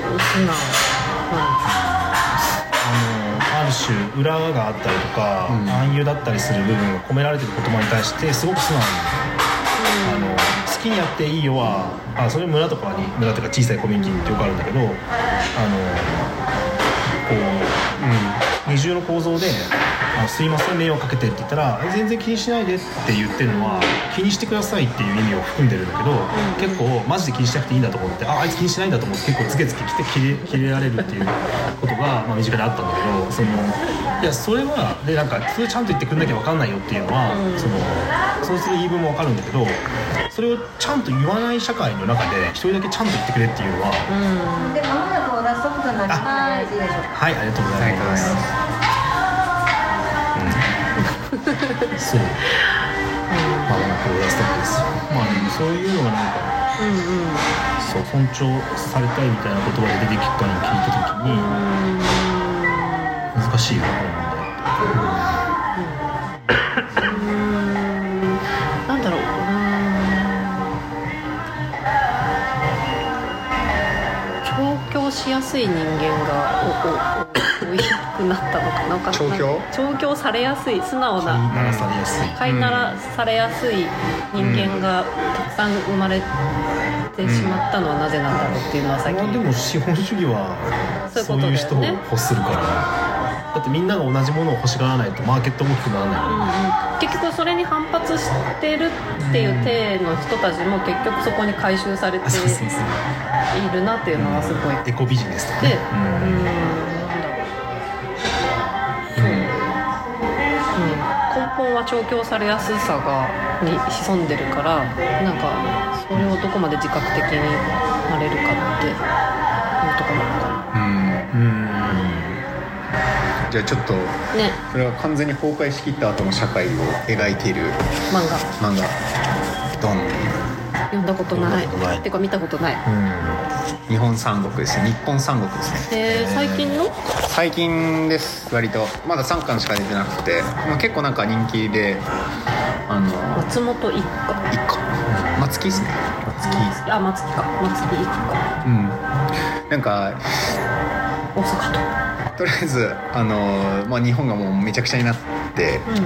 あのある種裏があったりとか、うん、暗喩だったりする部分が込められている言葉に対してすごく素直に、うん、あの好きにやっていいよは、あそれ村とかに村とか小さいコミュニティってよくあるんだけど、あのこう、うん、二重の構造で、あすいません迷惑かけてって言ったら全然気にしないでって言ってるのは気にしてくださいっていう意味を含んでるんだけど、うん、結構マジで気にしなくていいんだと思って、ああいつ気にしないんだと思って結構ズケズケ来てキレ、キレられるっていうことが、まあ、身近にあったんだけど、そのいやそれはでなんかそれちゃんと言ってくんなきゃ分かんないよっていうのは、うん、そのそうする言い分も分かるんだけど、それをちゃんと言わない社会の中で一人だけちゃんと言ってくれっていうのは、
うん、でまもなくラストオプションになりますのでよろしいでしょうか。
はい、ありがとうございます。そう、うんまもなくラストップですよ。まあでもそういうのがなんか、
うんうん
そう尊重されたいみたいな言葉で出てきたのを聞いた時に難しいよねこの問題って。
うんなんだろう調教しやすい人間がおお多くなったのかな。
調教
調教されやすい素直
飼い
な
ならされやすい、
飼いならされやすい人間がたくさん生まれてしまったのはなぜなんだろうっていうのは最近、
まあでも資本主義は
そういう
そういう人を欲するから、だってみんなが同じものを欲しがらないとマーケットも大きくならないから、
うんうん、結局それに反発してるっていう体の人たちも結局そこに回収されてい
そうそうそう
るなっていうのはすごい。
エコビジネスとか
で、
ね、
うん、なんだろう、そう、うん、根本は調教されやすさがに潜んでるから、なんかそれをどこまで自覚的になれるかっていうところなのかな。
うん
うん
じゃあちょっと
ね、
それは完全に崩壊しきった後の社会を描いている
漫画
漫画ドン
読んだことない
読んだことない
てか見たことない。
日本三国ですね。日本三国ですね。
えー、最近の
最近です割とまださんかんしか出てなくて、まあ、結構なんか人気であの
松本一家
いっこ松木ですね。松木
あ松木か松木一家
うんなんか
大阪と
とりあえずあの、まあ、日本がもうめちゃくちゃになって、
うんうん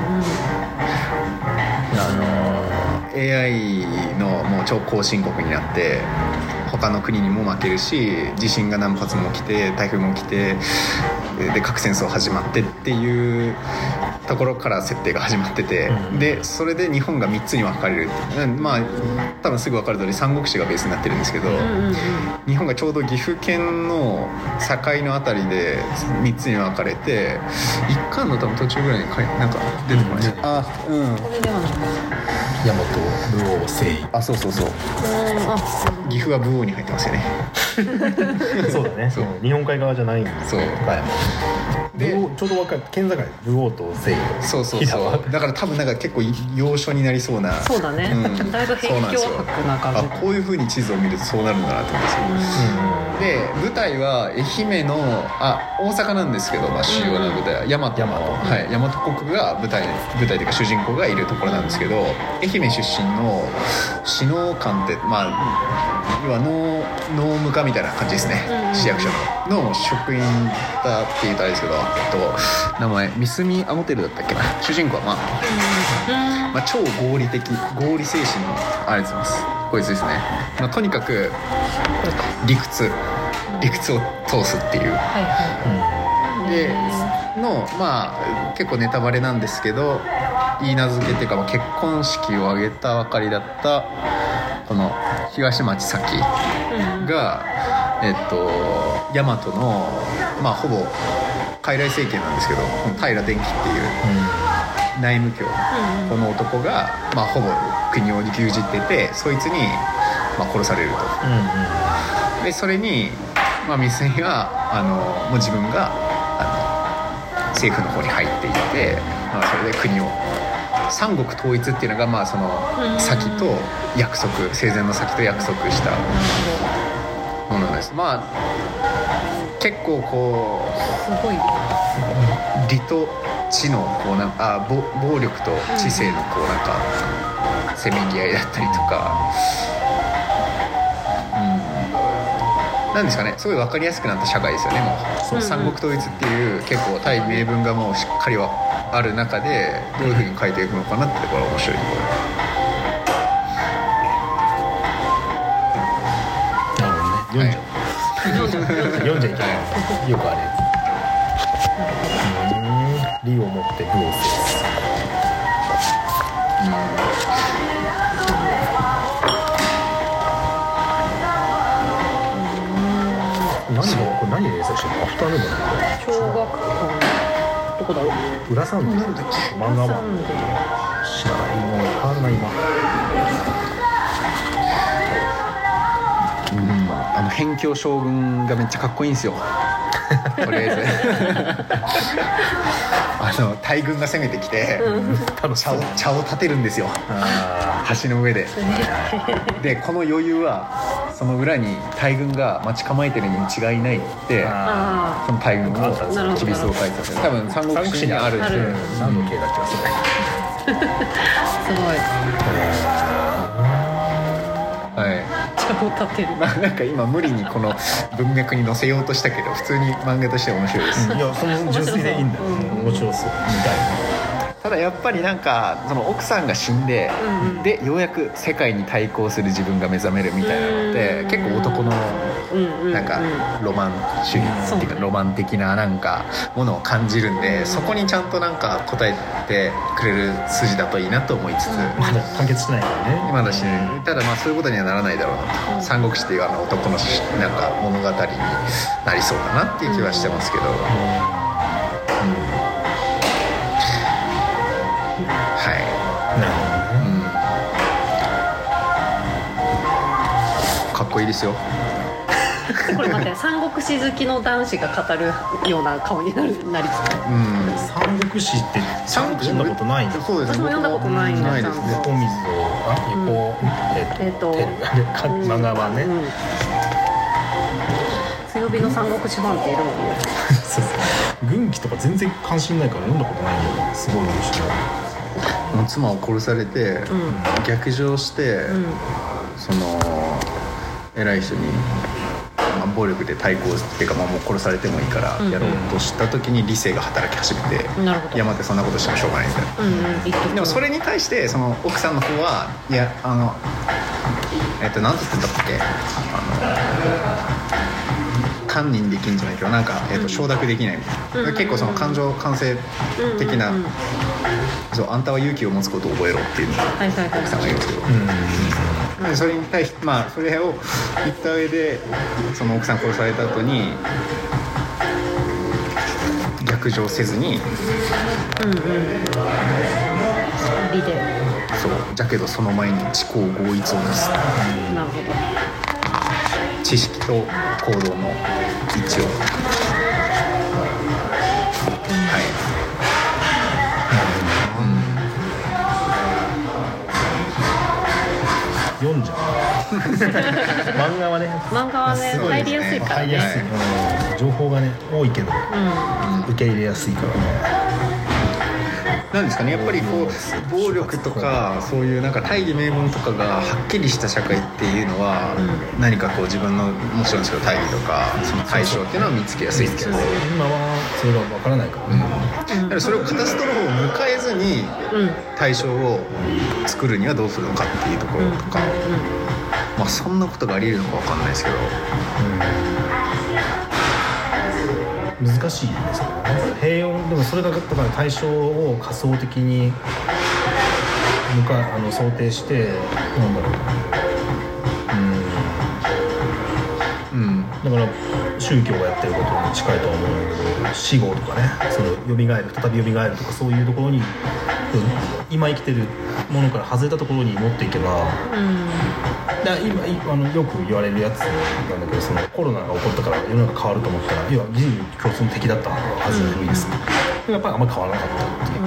あの エーアイ のもう超後進国になって他の国にも負けるし、地震が何発も起きて台風も起きてで核戦争始まってっていうところから設定が始まってて、うん、でそれで日本がみっつに分かれる。まあ多分すぐ分かる通り三国志がベースになってるんですけど、うんうんうん、日本がちょうど岐阜県の境のあたりでみっつに分かれて、一巻の多分途中ぐらいになんか出てこない、うん、あうん
これではなんか
大和武王征夷、
あそうそうそう、うん、あ岐阜は武王に入ってますよね
そうだね、そう日本海側じゃないんですよ、岡山でちょうど分かる県境、武王と征夷、
そうそうそうだから多分なんか結構要所になりそうな。
そうだね、うん、だいぶ辺境博な感じ。
あこういう風に地図を見るとそうなるんだなと思うんですよ、うん、で舞台は愛媛のあ大阪なんですけど、まあ、主要な舞台は大和の、大和、はい、大和国が舞台舞台というか主人公がいるところなんですけど、愛媛出身の志能館ってまあ要は農農務課みたいな感じですね、うん、市役所のの職員だって言ったらですけど、えっと名前三角アモテルだったっけな。主人公はまあ、うんまあ、超合理的合理精神のあれですますこいつですね、まあ、とにかく理屈理屈を通すっていう、はいはい、でのまあ結構ネタバレなんですけど、言い名付けっていうか、まあ、結婚式を挙げたばかりだったこの東町咲が、うん、えっと大和のまあほぼ傀儡政権なんですけど、平電機っていう内務卿、うん、この男がまあほぼ国を牛耳ってて、そいつにまあ殺されると、うんうん、でそれにまあ三角はあのもう自分があの政府の方に入っていって、まあ、それで国を三国統一っていうのがまあその先と約束、生前の先と約束したものなんです。まあ結構こう
すごい
理と知のこうなんあ 暴, 暴力と知性のこうなんかせめぎ合いだったりとか、うん、なんですかね、すごい分かりやすくなった社会ですよね。もうその三国統一っていう結構対名分がもうしっかりはある中でどういう風に変えていくのかなってところが面白いところ。
なるほどね。読んじゃう。読んじゃいけない。よくあるやつ。理をもって武を制す。何のこれ何で連載してるの？アフターヌーンだね。
小学校どこだろう。
裏サンデー。漫画は知らない。もう変わらない今。
うん、あの辺境将軍がめっちゃかっこいいんですよ。 とりあえずあの大軍が攻めてきて、うん、茶を茶を立てるんですよ、橋の上ででこの余裕はその裏に大軍が待ち構えてるに違いないってその大軍をきびすを書いてた。多分三国志にある
何の系だっけ、それ
すごい
はい、
茶を立てる、
まあ、なんか今無理にこの文脈に載せようとしたけど普通に漫画としては面白いです、
うん、いやその純粋でいいんだよ、うん、面白そうみたいな。
ただやっぱりなんかその奥さんが死んで、うんうん、でようやく世界に対抗する自分が目覚めるみたいなのって結構男のなんかロマン主義っていうかロマン的ななんかものを感じるんで、そこにちゃんとなんか答えてくれる筋だといいなと思いつつ、
まだ完結してないからね
今だし、ただまあそういうことにはならないだろうなと、三国志っていうあの男のなんか物語になりそうだなっていう気はしてますけど、うんはい、なるほどね、うん、かっこいいですよ
これ待って三国志好きの男子が語るような顔になるなりつつ、
うん、三国志ってちゃんと読んだことないんだ。
そうですね、
私も読んだことないんだ。
ないですね。
横水をあ横、うん、えっと、えっと、漫画はね、うん、
強火の三国志ファンっているもんね
そうそう軍記とか全然関心ないから読んだことないんだよ。すごい面白い。
もう妻を殺されて、うん、逆上して、うん、その偉い人に、まあ、暴力で対抗っていうか、まあ、もう殺されてもいいからやろうとした時に理性が働き始めて、うん、いや待ってそんなことしてもしょうがないみたいな、うんうん、でもそれに対してその奥さんの方はいやあのえっと何て言ってたっけ、あの堪忍できんじゃないけどなんか、えー、と承諾できないみたいな、うん、結構その感情感性的な、うんうんうん、そうあんたは勇気を持つことを覚えろっていうのを奥さんが言うんですけど、うんうん、それに対してまあそれを言った上でその奥さん殺された後に逆上せずに、
うんうん、理で
そうだけどその前に知行合一をなす、
うん、なるほど
知識と行動の一致を、うん、はい、
うん、読んじゃう漫画はね
漫画はね入りやすいからね、入りやすい、
うん、情報がね多いけど、うん、受け入れやすいからね。
なんですかね、やっぱりこう暴力とかそういうなんか大義名分とかがはっきりした社会っていうのは、うん、何かこう自分のもちろんですけど大義とかその対象っていうのは見つけやすいですけど、
今はそれが分からないからね、
うん、だからそれをカタストロフを迎えずに対象を作るにはどうするのかっていうところとか、うんうん、まあそんなことがあり得るのか分かんないですけど、
うん、難しいですよね。平穏でもそれがだから対象を仮想的に向かあの想定してなんだろう、うん、うん、だから宗教がやってることに近いとは思うんだけど、死後とかね、その蘇る再び蘇るとかそういうところに今生きてるものから外れたところに持っていけば、うん、だ今あのよく言われるやつなんだけど、そのコロナが起こったから世の中変わると思ったら要は人類共通の敵だったはずのウイルス、うん、やっぱりあんまり変わらなかったっていう、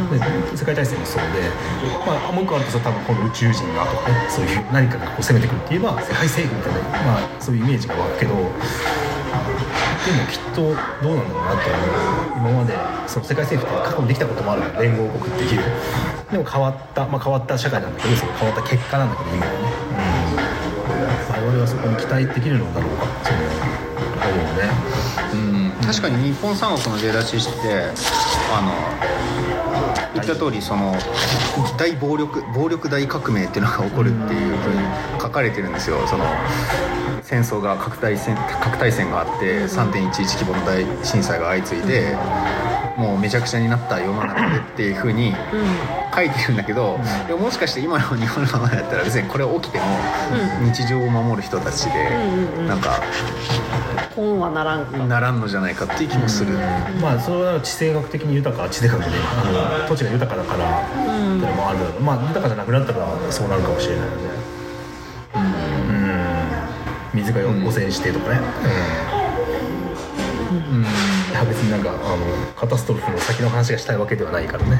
うん、で世界大戦もそうで、まあ、もう一個あると多分今度宇宙人がとかね、そういう何かがこう攻めてくるって言えば世界政府みたいな、まあ、そういうイメージが湧くけど、でもきっとどうなんだろうなって思う。今までその世界政府って過去にできたこともある連合国っていう、でも変わった、まあ、変わった社会なんだけど、その変わった結果なんだけど今はね、うん、我々はそこに期待できるのだろうか、そのところをね、
うん、確かに日本三国の出だしってあの言った通りその大暴力暴力大革命っていうのが起こるっていうふうに書かれてるんですよ。その戦争が核大戦核大戦があって さんてんいちいち 規模の大震災が相次いで、もうめちゃくちゃになった世の中でっていう風に書いてるんだけど、うん、でももしかして今の日本のままだったら別にこれ起きても日常を守る人たちで、うん、なんか
こうはならんか
ならんのじゃないかっていう気もする、うん、
まあそれは地政学的に豊か、地政学であの土地が豊かだからっていうのもある、まあ豊かじゃなくなったらそうなるかもしれないよね。水が汚染してとかね、うん、 いや別になんかあのカタストロフの先の話がしたいわけではないからね。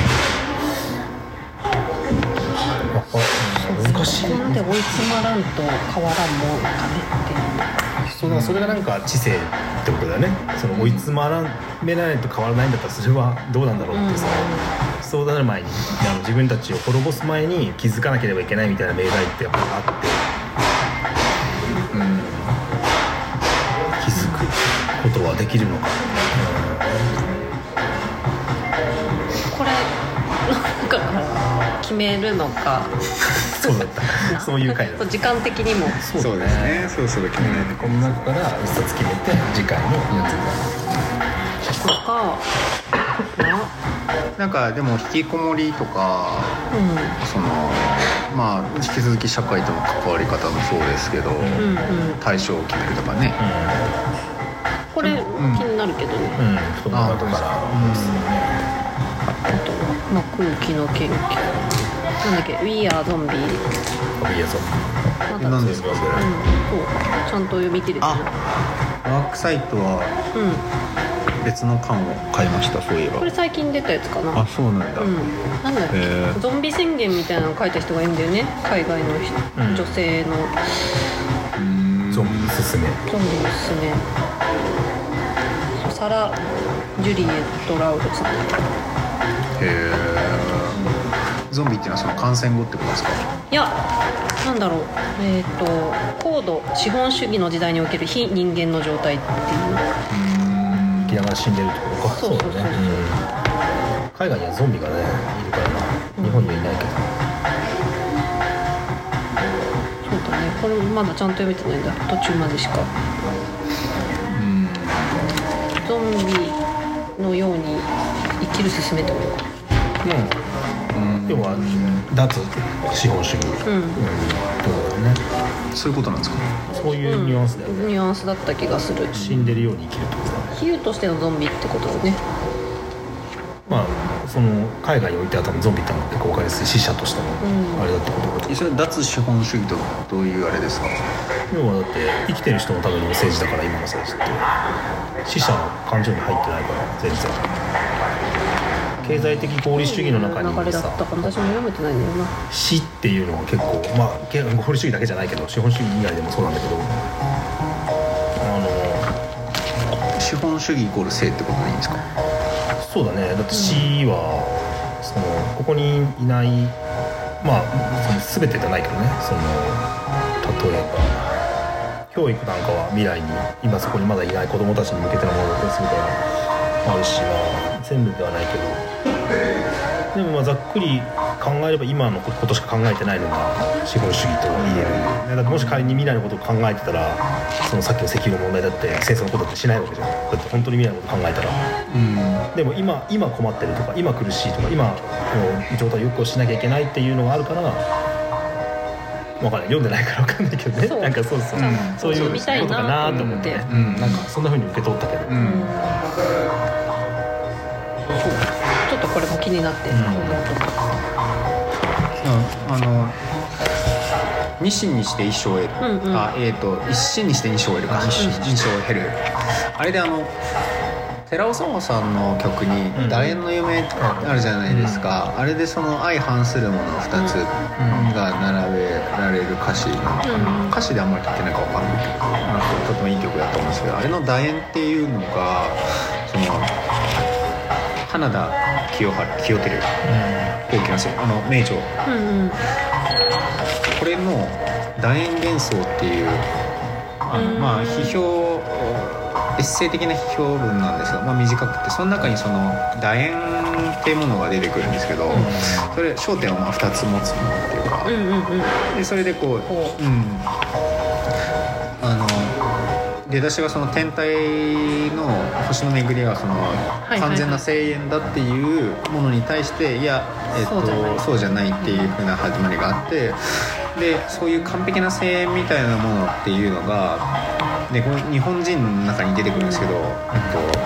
やっぱ難しい。
ここまで追い詰まらんと変わらんもんかねっていう。
そうだ、それがなんか知性ってことだよね。その追い詰まらめないと変わらないんだったらそれはどうなんだろうってさ、うん、そうなる前にあの自分たちを滅ぼす前に気づかなければいけないみたいな命題ってやっぱあって、うん、気づくことはできるのか、
うん、これなんか決めるのか
そうだったそういう回だった
時間的にも
そうですね、そろそろ決めないと、
この中から一冊決めて次回のやつ
とか
なんかでも引きこもりとか、うん、そのまあ引き続き社会との関わり方もそうですけど、うんうん、対象を決めるとかね、
うん、これ、うん、気になるけどね、うん、
その後から、
あと、まあ、空気の研究なんだっけ We are Zombie
We are Zombie
何ですかそれ、うん、
そうちゃんと読み切れてる。
ワークサイトは別の巻を買いました。そういえば
これ最近出たやつかな。
あ、そうなんだ、うん、
なんだっけゾンビ宣言みたいなの書いた人がいるんだよね、海外の人、うん、女性の
ゾンビおすすめ
ゾンビおすすめサラ・ジュリエット・ラウドさん。
へー、ゾンビっていうのはその感染後ってことですか？
いや、なんだろう、えっと高度資本主義の時代における非人間の状態っていう、
生きながら死んでるってことか。そうそうそうそう、うん、海外にはゾンビがねいるからな、日本にはいないけど、
うん、そうだね、これまだちゃんと読めてないんだ、途中までしか。うんゾンビのように生きるすすめってことか。
うん、要は脱資本主義、うんうん、そうだよね。
そういうことなんですかね。
そういうニュアンスだよね、
うん、ニュアンスだった気がする。
死んでるように生きるってことだね。
比喩としてのゾンビってことだね。
まあその海外においては多分ゾンビってのは結構分かりやすい死者としてのあれだってことだ、うん、
それ脱資本主義とどういうあれですか？
要はだって生きてる人のための政治だから、今の政治って死者の感情に入ってないから全然。経済的合理主義の中に
流れだったか、私も読めてないんだよな。
死っていうのは結構、まあ合理主義だけじゃないけど資本主義以外でもそうなんだけど、あ
の資本主義イコール生ってことでいいんですか？
そうだね。だって死は、うん、そのここにいない、まあその全てじゃないけどね、その例えば教育なんかは未来に今そこにまだいない子どもたちに向けてのものだったりするからあるし、まあ全部ではないけど、でもまあざっくり考えれば今のことしか考えてないのが資本主義と言える。だってもし仮に未来のことを考えてたら、そのさっきの石油の問題だって戦争のことだってしないわけじゃん。だって本当に未来のこと考えたら、うん、でも 今, 今困ってるとか今苦しいとか今の状態をよくしなきゃいけないっていうのがあるから、分かんない、読んでないから分かんないけどね、なんかそうそう、うん、そういうことかなと思って、うん、なんかそんな風に受け取ったけど、うんうん、
ちょっとこれも気になって、うん、
あの二心にして一生を得る、うんうん、あえーと一心にして二生を得るか、一生を得る、あれであの寺尾壮さんの曲に「楕円の夢」あるじゃないですか、うん、あれでその相反するものふたつが並べられる歌詞、うん、歌詞であんまり聞いてないか分かんないけど、あのとてもいい曲だと思うんですけど、あれの楕円っていうのがその花田清春清照大きなせあの名著、うんうん、これの楕円幻想っていうあの、まあ批評エッセイ的な批評文なんですが、まあ、短くてその中にその楕円っていうものが出てくるんですけど、うん、それ焦点をまあふたつ持つものっていうか、うんうんうん、でそれでこう、うん、あの出だしがその天体の星の巡りがその完全な声援だっていうものに対していや、えっと、そうじゃないっていう風な始まりがあって、でそういう完璧な声援みたいなものっていうのがでこの日本人の中に出てくるんですけど、えっと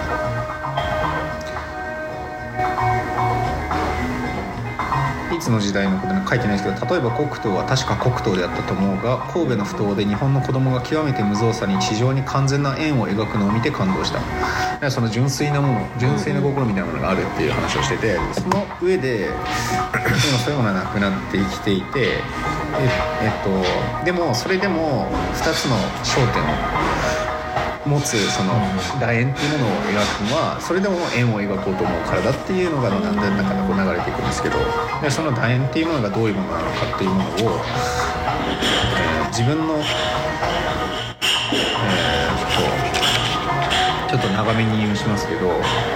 いつの時代のことに書いてないですけど、例えば黒糖は確か黒糖であったと思うが、神戸の埠頭で日本の子供が極めて無造作に地上に完全な円を描くのを見て感動した。だからその純粋なもの、純粋な心みたいなものがあるっていう話をしてて、その上で今そういうものはなくなって生きていて、ええっとでもそれでもふたつの焦点を持つその楕円っていうものを描くのは、それでも円を描こうと思うからだっていうのがだんだんだんだんこう流れていくんですけど、でその楕円っていうものがどういうものなのかっていうものを、えー、自分の、えー、とちょっと長めに言うしますけど、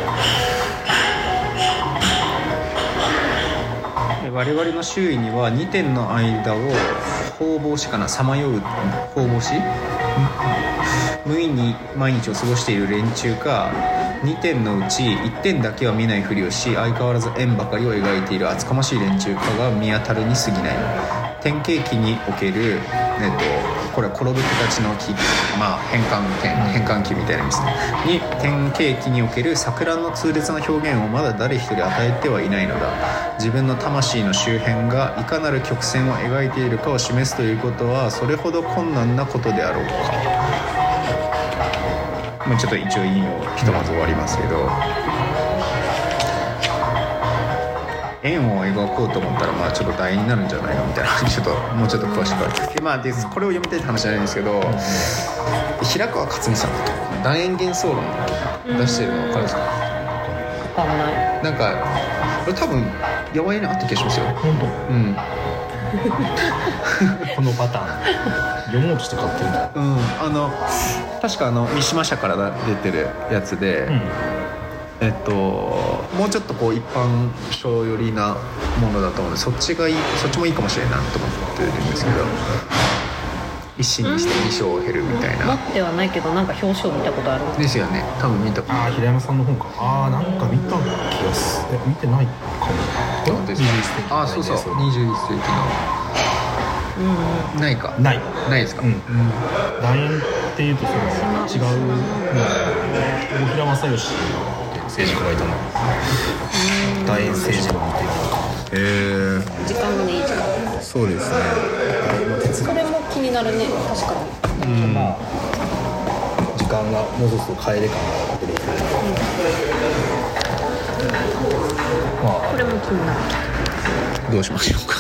我々の周囲にはにてんの間を方々しかなさまよう方々し無意に毎日を過ごしている連中か、にてんのうちいってんだけは見ないふりをし相変わらず円ばかりを描いている厚かましい連中かが見当たるに過ぎない。典型期における、えっと、これは転ぶ子たちの期、まあ、変換点変換期みたいな意味ですねに、典型期における錯乱の痛烈な表現をまだ誰一人与えてはいないのだ。自分の魂の周辺がいかなる曲線を描いているかを示すということはそれほど困難なことであろうか。まあ、ちょっと一応引用ひとまず終わりますけど、円を描こうと思ったらまあちょっと楕円になるんじゃないのみたいなちょっともうちょっと詳しくあるで、まあ、でこれを読みたいって話じゃないんですけど、平川勝美さんと楕円幻想論を出してるの分かるんですか？
分かんない。
なんかこれ多分やばいなあった気がしますよ。
本当？
うん。
このパターン読もうとして買ってるんだ。
うん、あの確かあの三島社から出てるやつで、うん、えっともうちょっとこう一般書寄りなものだと思うので、そっちがいい、そっちもいいかもしれないなと思ってるんですけど、一心にして二章を減るみたいな。
持ってはないけどなんか表紙を見たことある
ですよね。多分見たことあ
る。ああ、平山さんの本か。ああ、なんか見た気がする。え、見てないかも。
本当ですか？ああ、そうそう、にじゅういっ世紀の、うん、ないか
ない
ないですか？うん、
楕円っていうとその違う大平正義って政治家がいたの。楕円政治論っていう
へえー、
時間がねいい時間。
そうですね。
それも気になるね、確かに。
うん、まあ時間がもうそろそろ帰れ感が出てくる、
うん、まあこれも気になる。
どうしましょうか。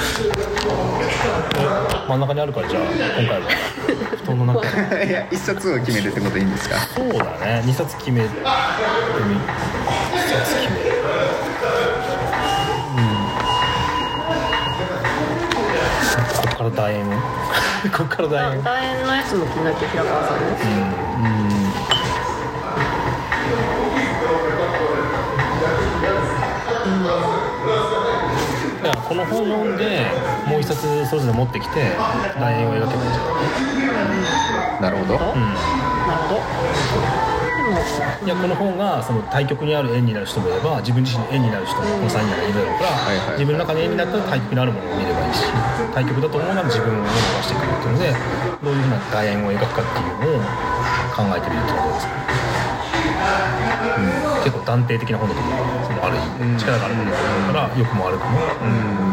真ん中にあるからじゃあ今回は布団の中
いや一冊を決めるってことでいいんですか？
そうだね、二冊決めてみ一冊決める。ここから楕円ここから楕円
楕円のやつも気になって平川さんね。うん、うん
いやこの本読んでもう一冊それぞれ持ってきて楕円を描けばいいんじゃない？
なるほど、
うん、なるほど。
いやこの本がその対極にある円になる人もいれば自分自身に円になる人もこのさんにんがいるだろうから、はいはいはい、自分の中に円になったら対極にあるものを見ればいいし、対極だと思うなら自分を伸ばしてくるっていうのでどういうふうな楕円を描くかっていうのを考えてみるっていうのはどうですか？うん、結構断定的な本だと思う。そのある意味力があるものだから良くも悪くも、うん、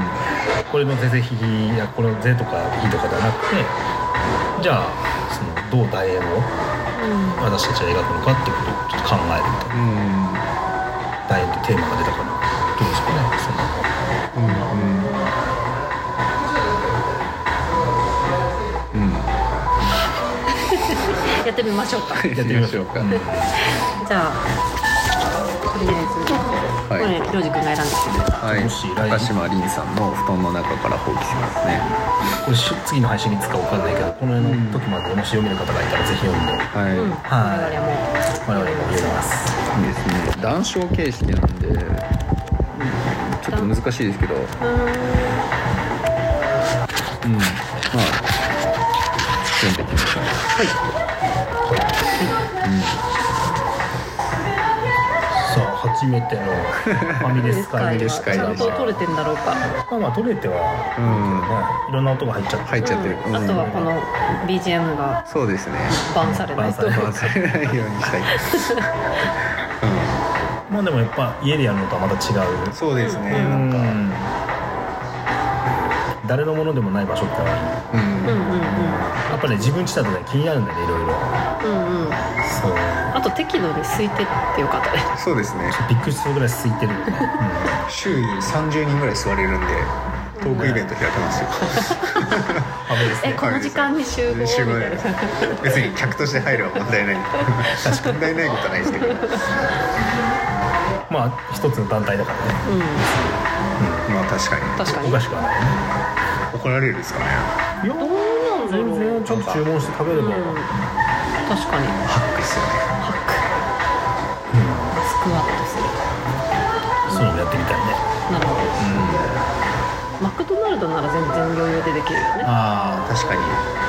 これの是々非々やこれの是とか非とかではなくて、じゃあそのどう楕円を私たちは描くのかっていうことをちょっと考えるみたいな、うん、楕円ってテーマが出たからどうですかね、そんな
うんうん、
やってみましょうか。
やってみましょうか。うん、じ
ゃあとりあえず、はい、これりょうじくんが選んできてくれた、
はい、高島凛さんの布団の中から放棄しますね。
これ次の配信につくか分かんないけど、この時までもし読める方がいたらぜひ読んで、はい、うん、はい、我々も読みます。
いいですね。談笑形式なんで、うん、ちょっと難しいですけど、うん、うん、まあ読んでいきましょう。はい、はい、うん、
さあ初めてのファミレス会で
ちゃんと撮れてんだろうか。
まあまあ撮れては、うん、いろんな音が入っちゃって
入っちゃってる、うん、
あとはこの ビージーエム が
そうですね、
バンされないと
バンされないようにしたい、うん
まあでもやっぱ家でやるのとはまた違う。
そうですね、
うん、
なんか
誰のものでもない場所ってのがある、
うん
うんうんうん
やっぱね自分家だとね気になるんだよねいろいろ。
うんうん。
そう
あと適度に空いてってよかったね。
そうですね。
びっくりするぐらい空いてる、うん
週にさんじゅうにんぐらい座れるんでトークイベント開けますよ。
え
雨ですね。
この時間に集合みたいな。
別に客として入るは問題ない。問題ないことはないですけど。
まあ一つの団体だからね。
うん。
まあ確かに。
確かに。
おかしくはないね。
怒られるんですかね。
いや
どうなんだろう。
全然ちょっと注文して食べれば、
うん、確かに
ハックですよね。
ハックスクワットする。
そういうのやってみたいね。
なるほど。マクドナルドなら全然余裕でできるよね。
ああ確かに。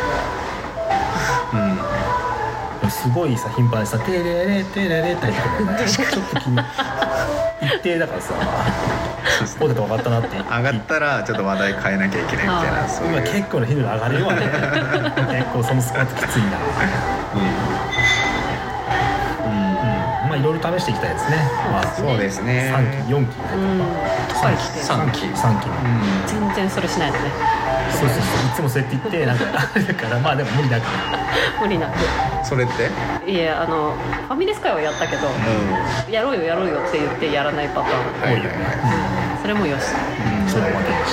うん。
すごいさ頻繁にさ「テレレテレレ」って入ってくるんだよね。ちょっと気に一定だからさポテト上がったなって
上がったらちょっと話題変えなきゃいけないみたいな。そういう
今結構の頻度で上がるよね。結構そのスクワットきついな。
うん。うん。
まあいろいろ試していきたいですね。まあ
そうですね。
さんきよんき
うん。
入
とか言って
さんき
さんき
全然それしないのね。
そうそうそういつもそうやって言ってなんかだからまあでも無理なく
無理なく。
それって？
いやあのファミレス会はやったけど、
うん。
やろうよやろうよって言ってやらないパターン多いよね。うんそれもよし。
うん。
それもまたいいし。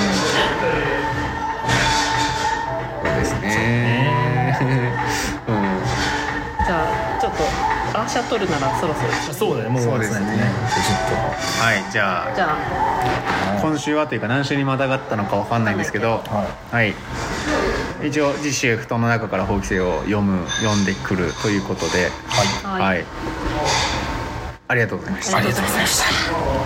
そうですね。うん。
じゃあちょっとアーシャ取るならそろそろ。
そうだねもう
そうですね
ちょっ
はいじゃあ
じゃあ
今週はというか何週にまたがったのかわかんないんですけど、
とは
はい。一応次週布団の中から法規制を読む読んでくるということで、
はい、
はい。ありがとうございました。
ありがとうございました。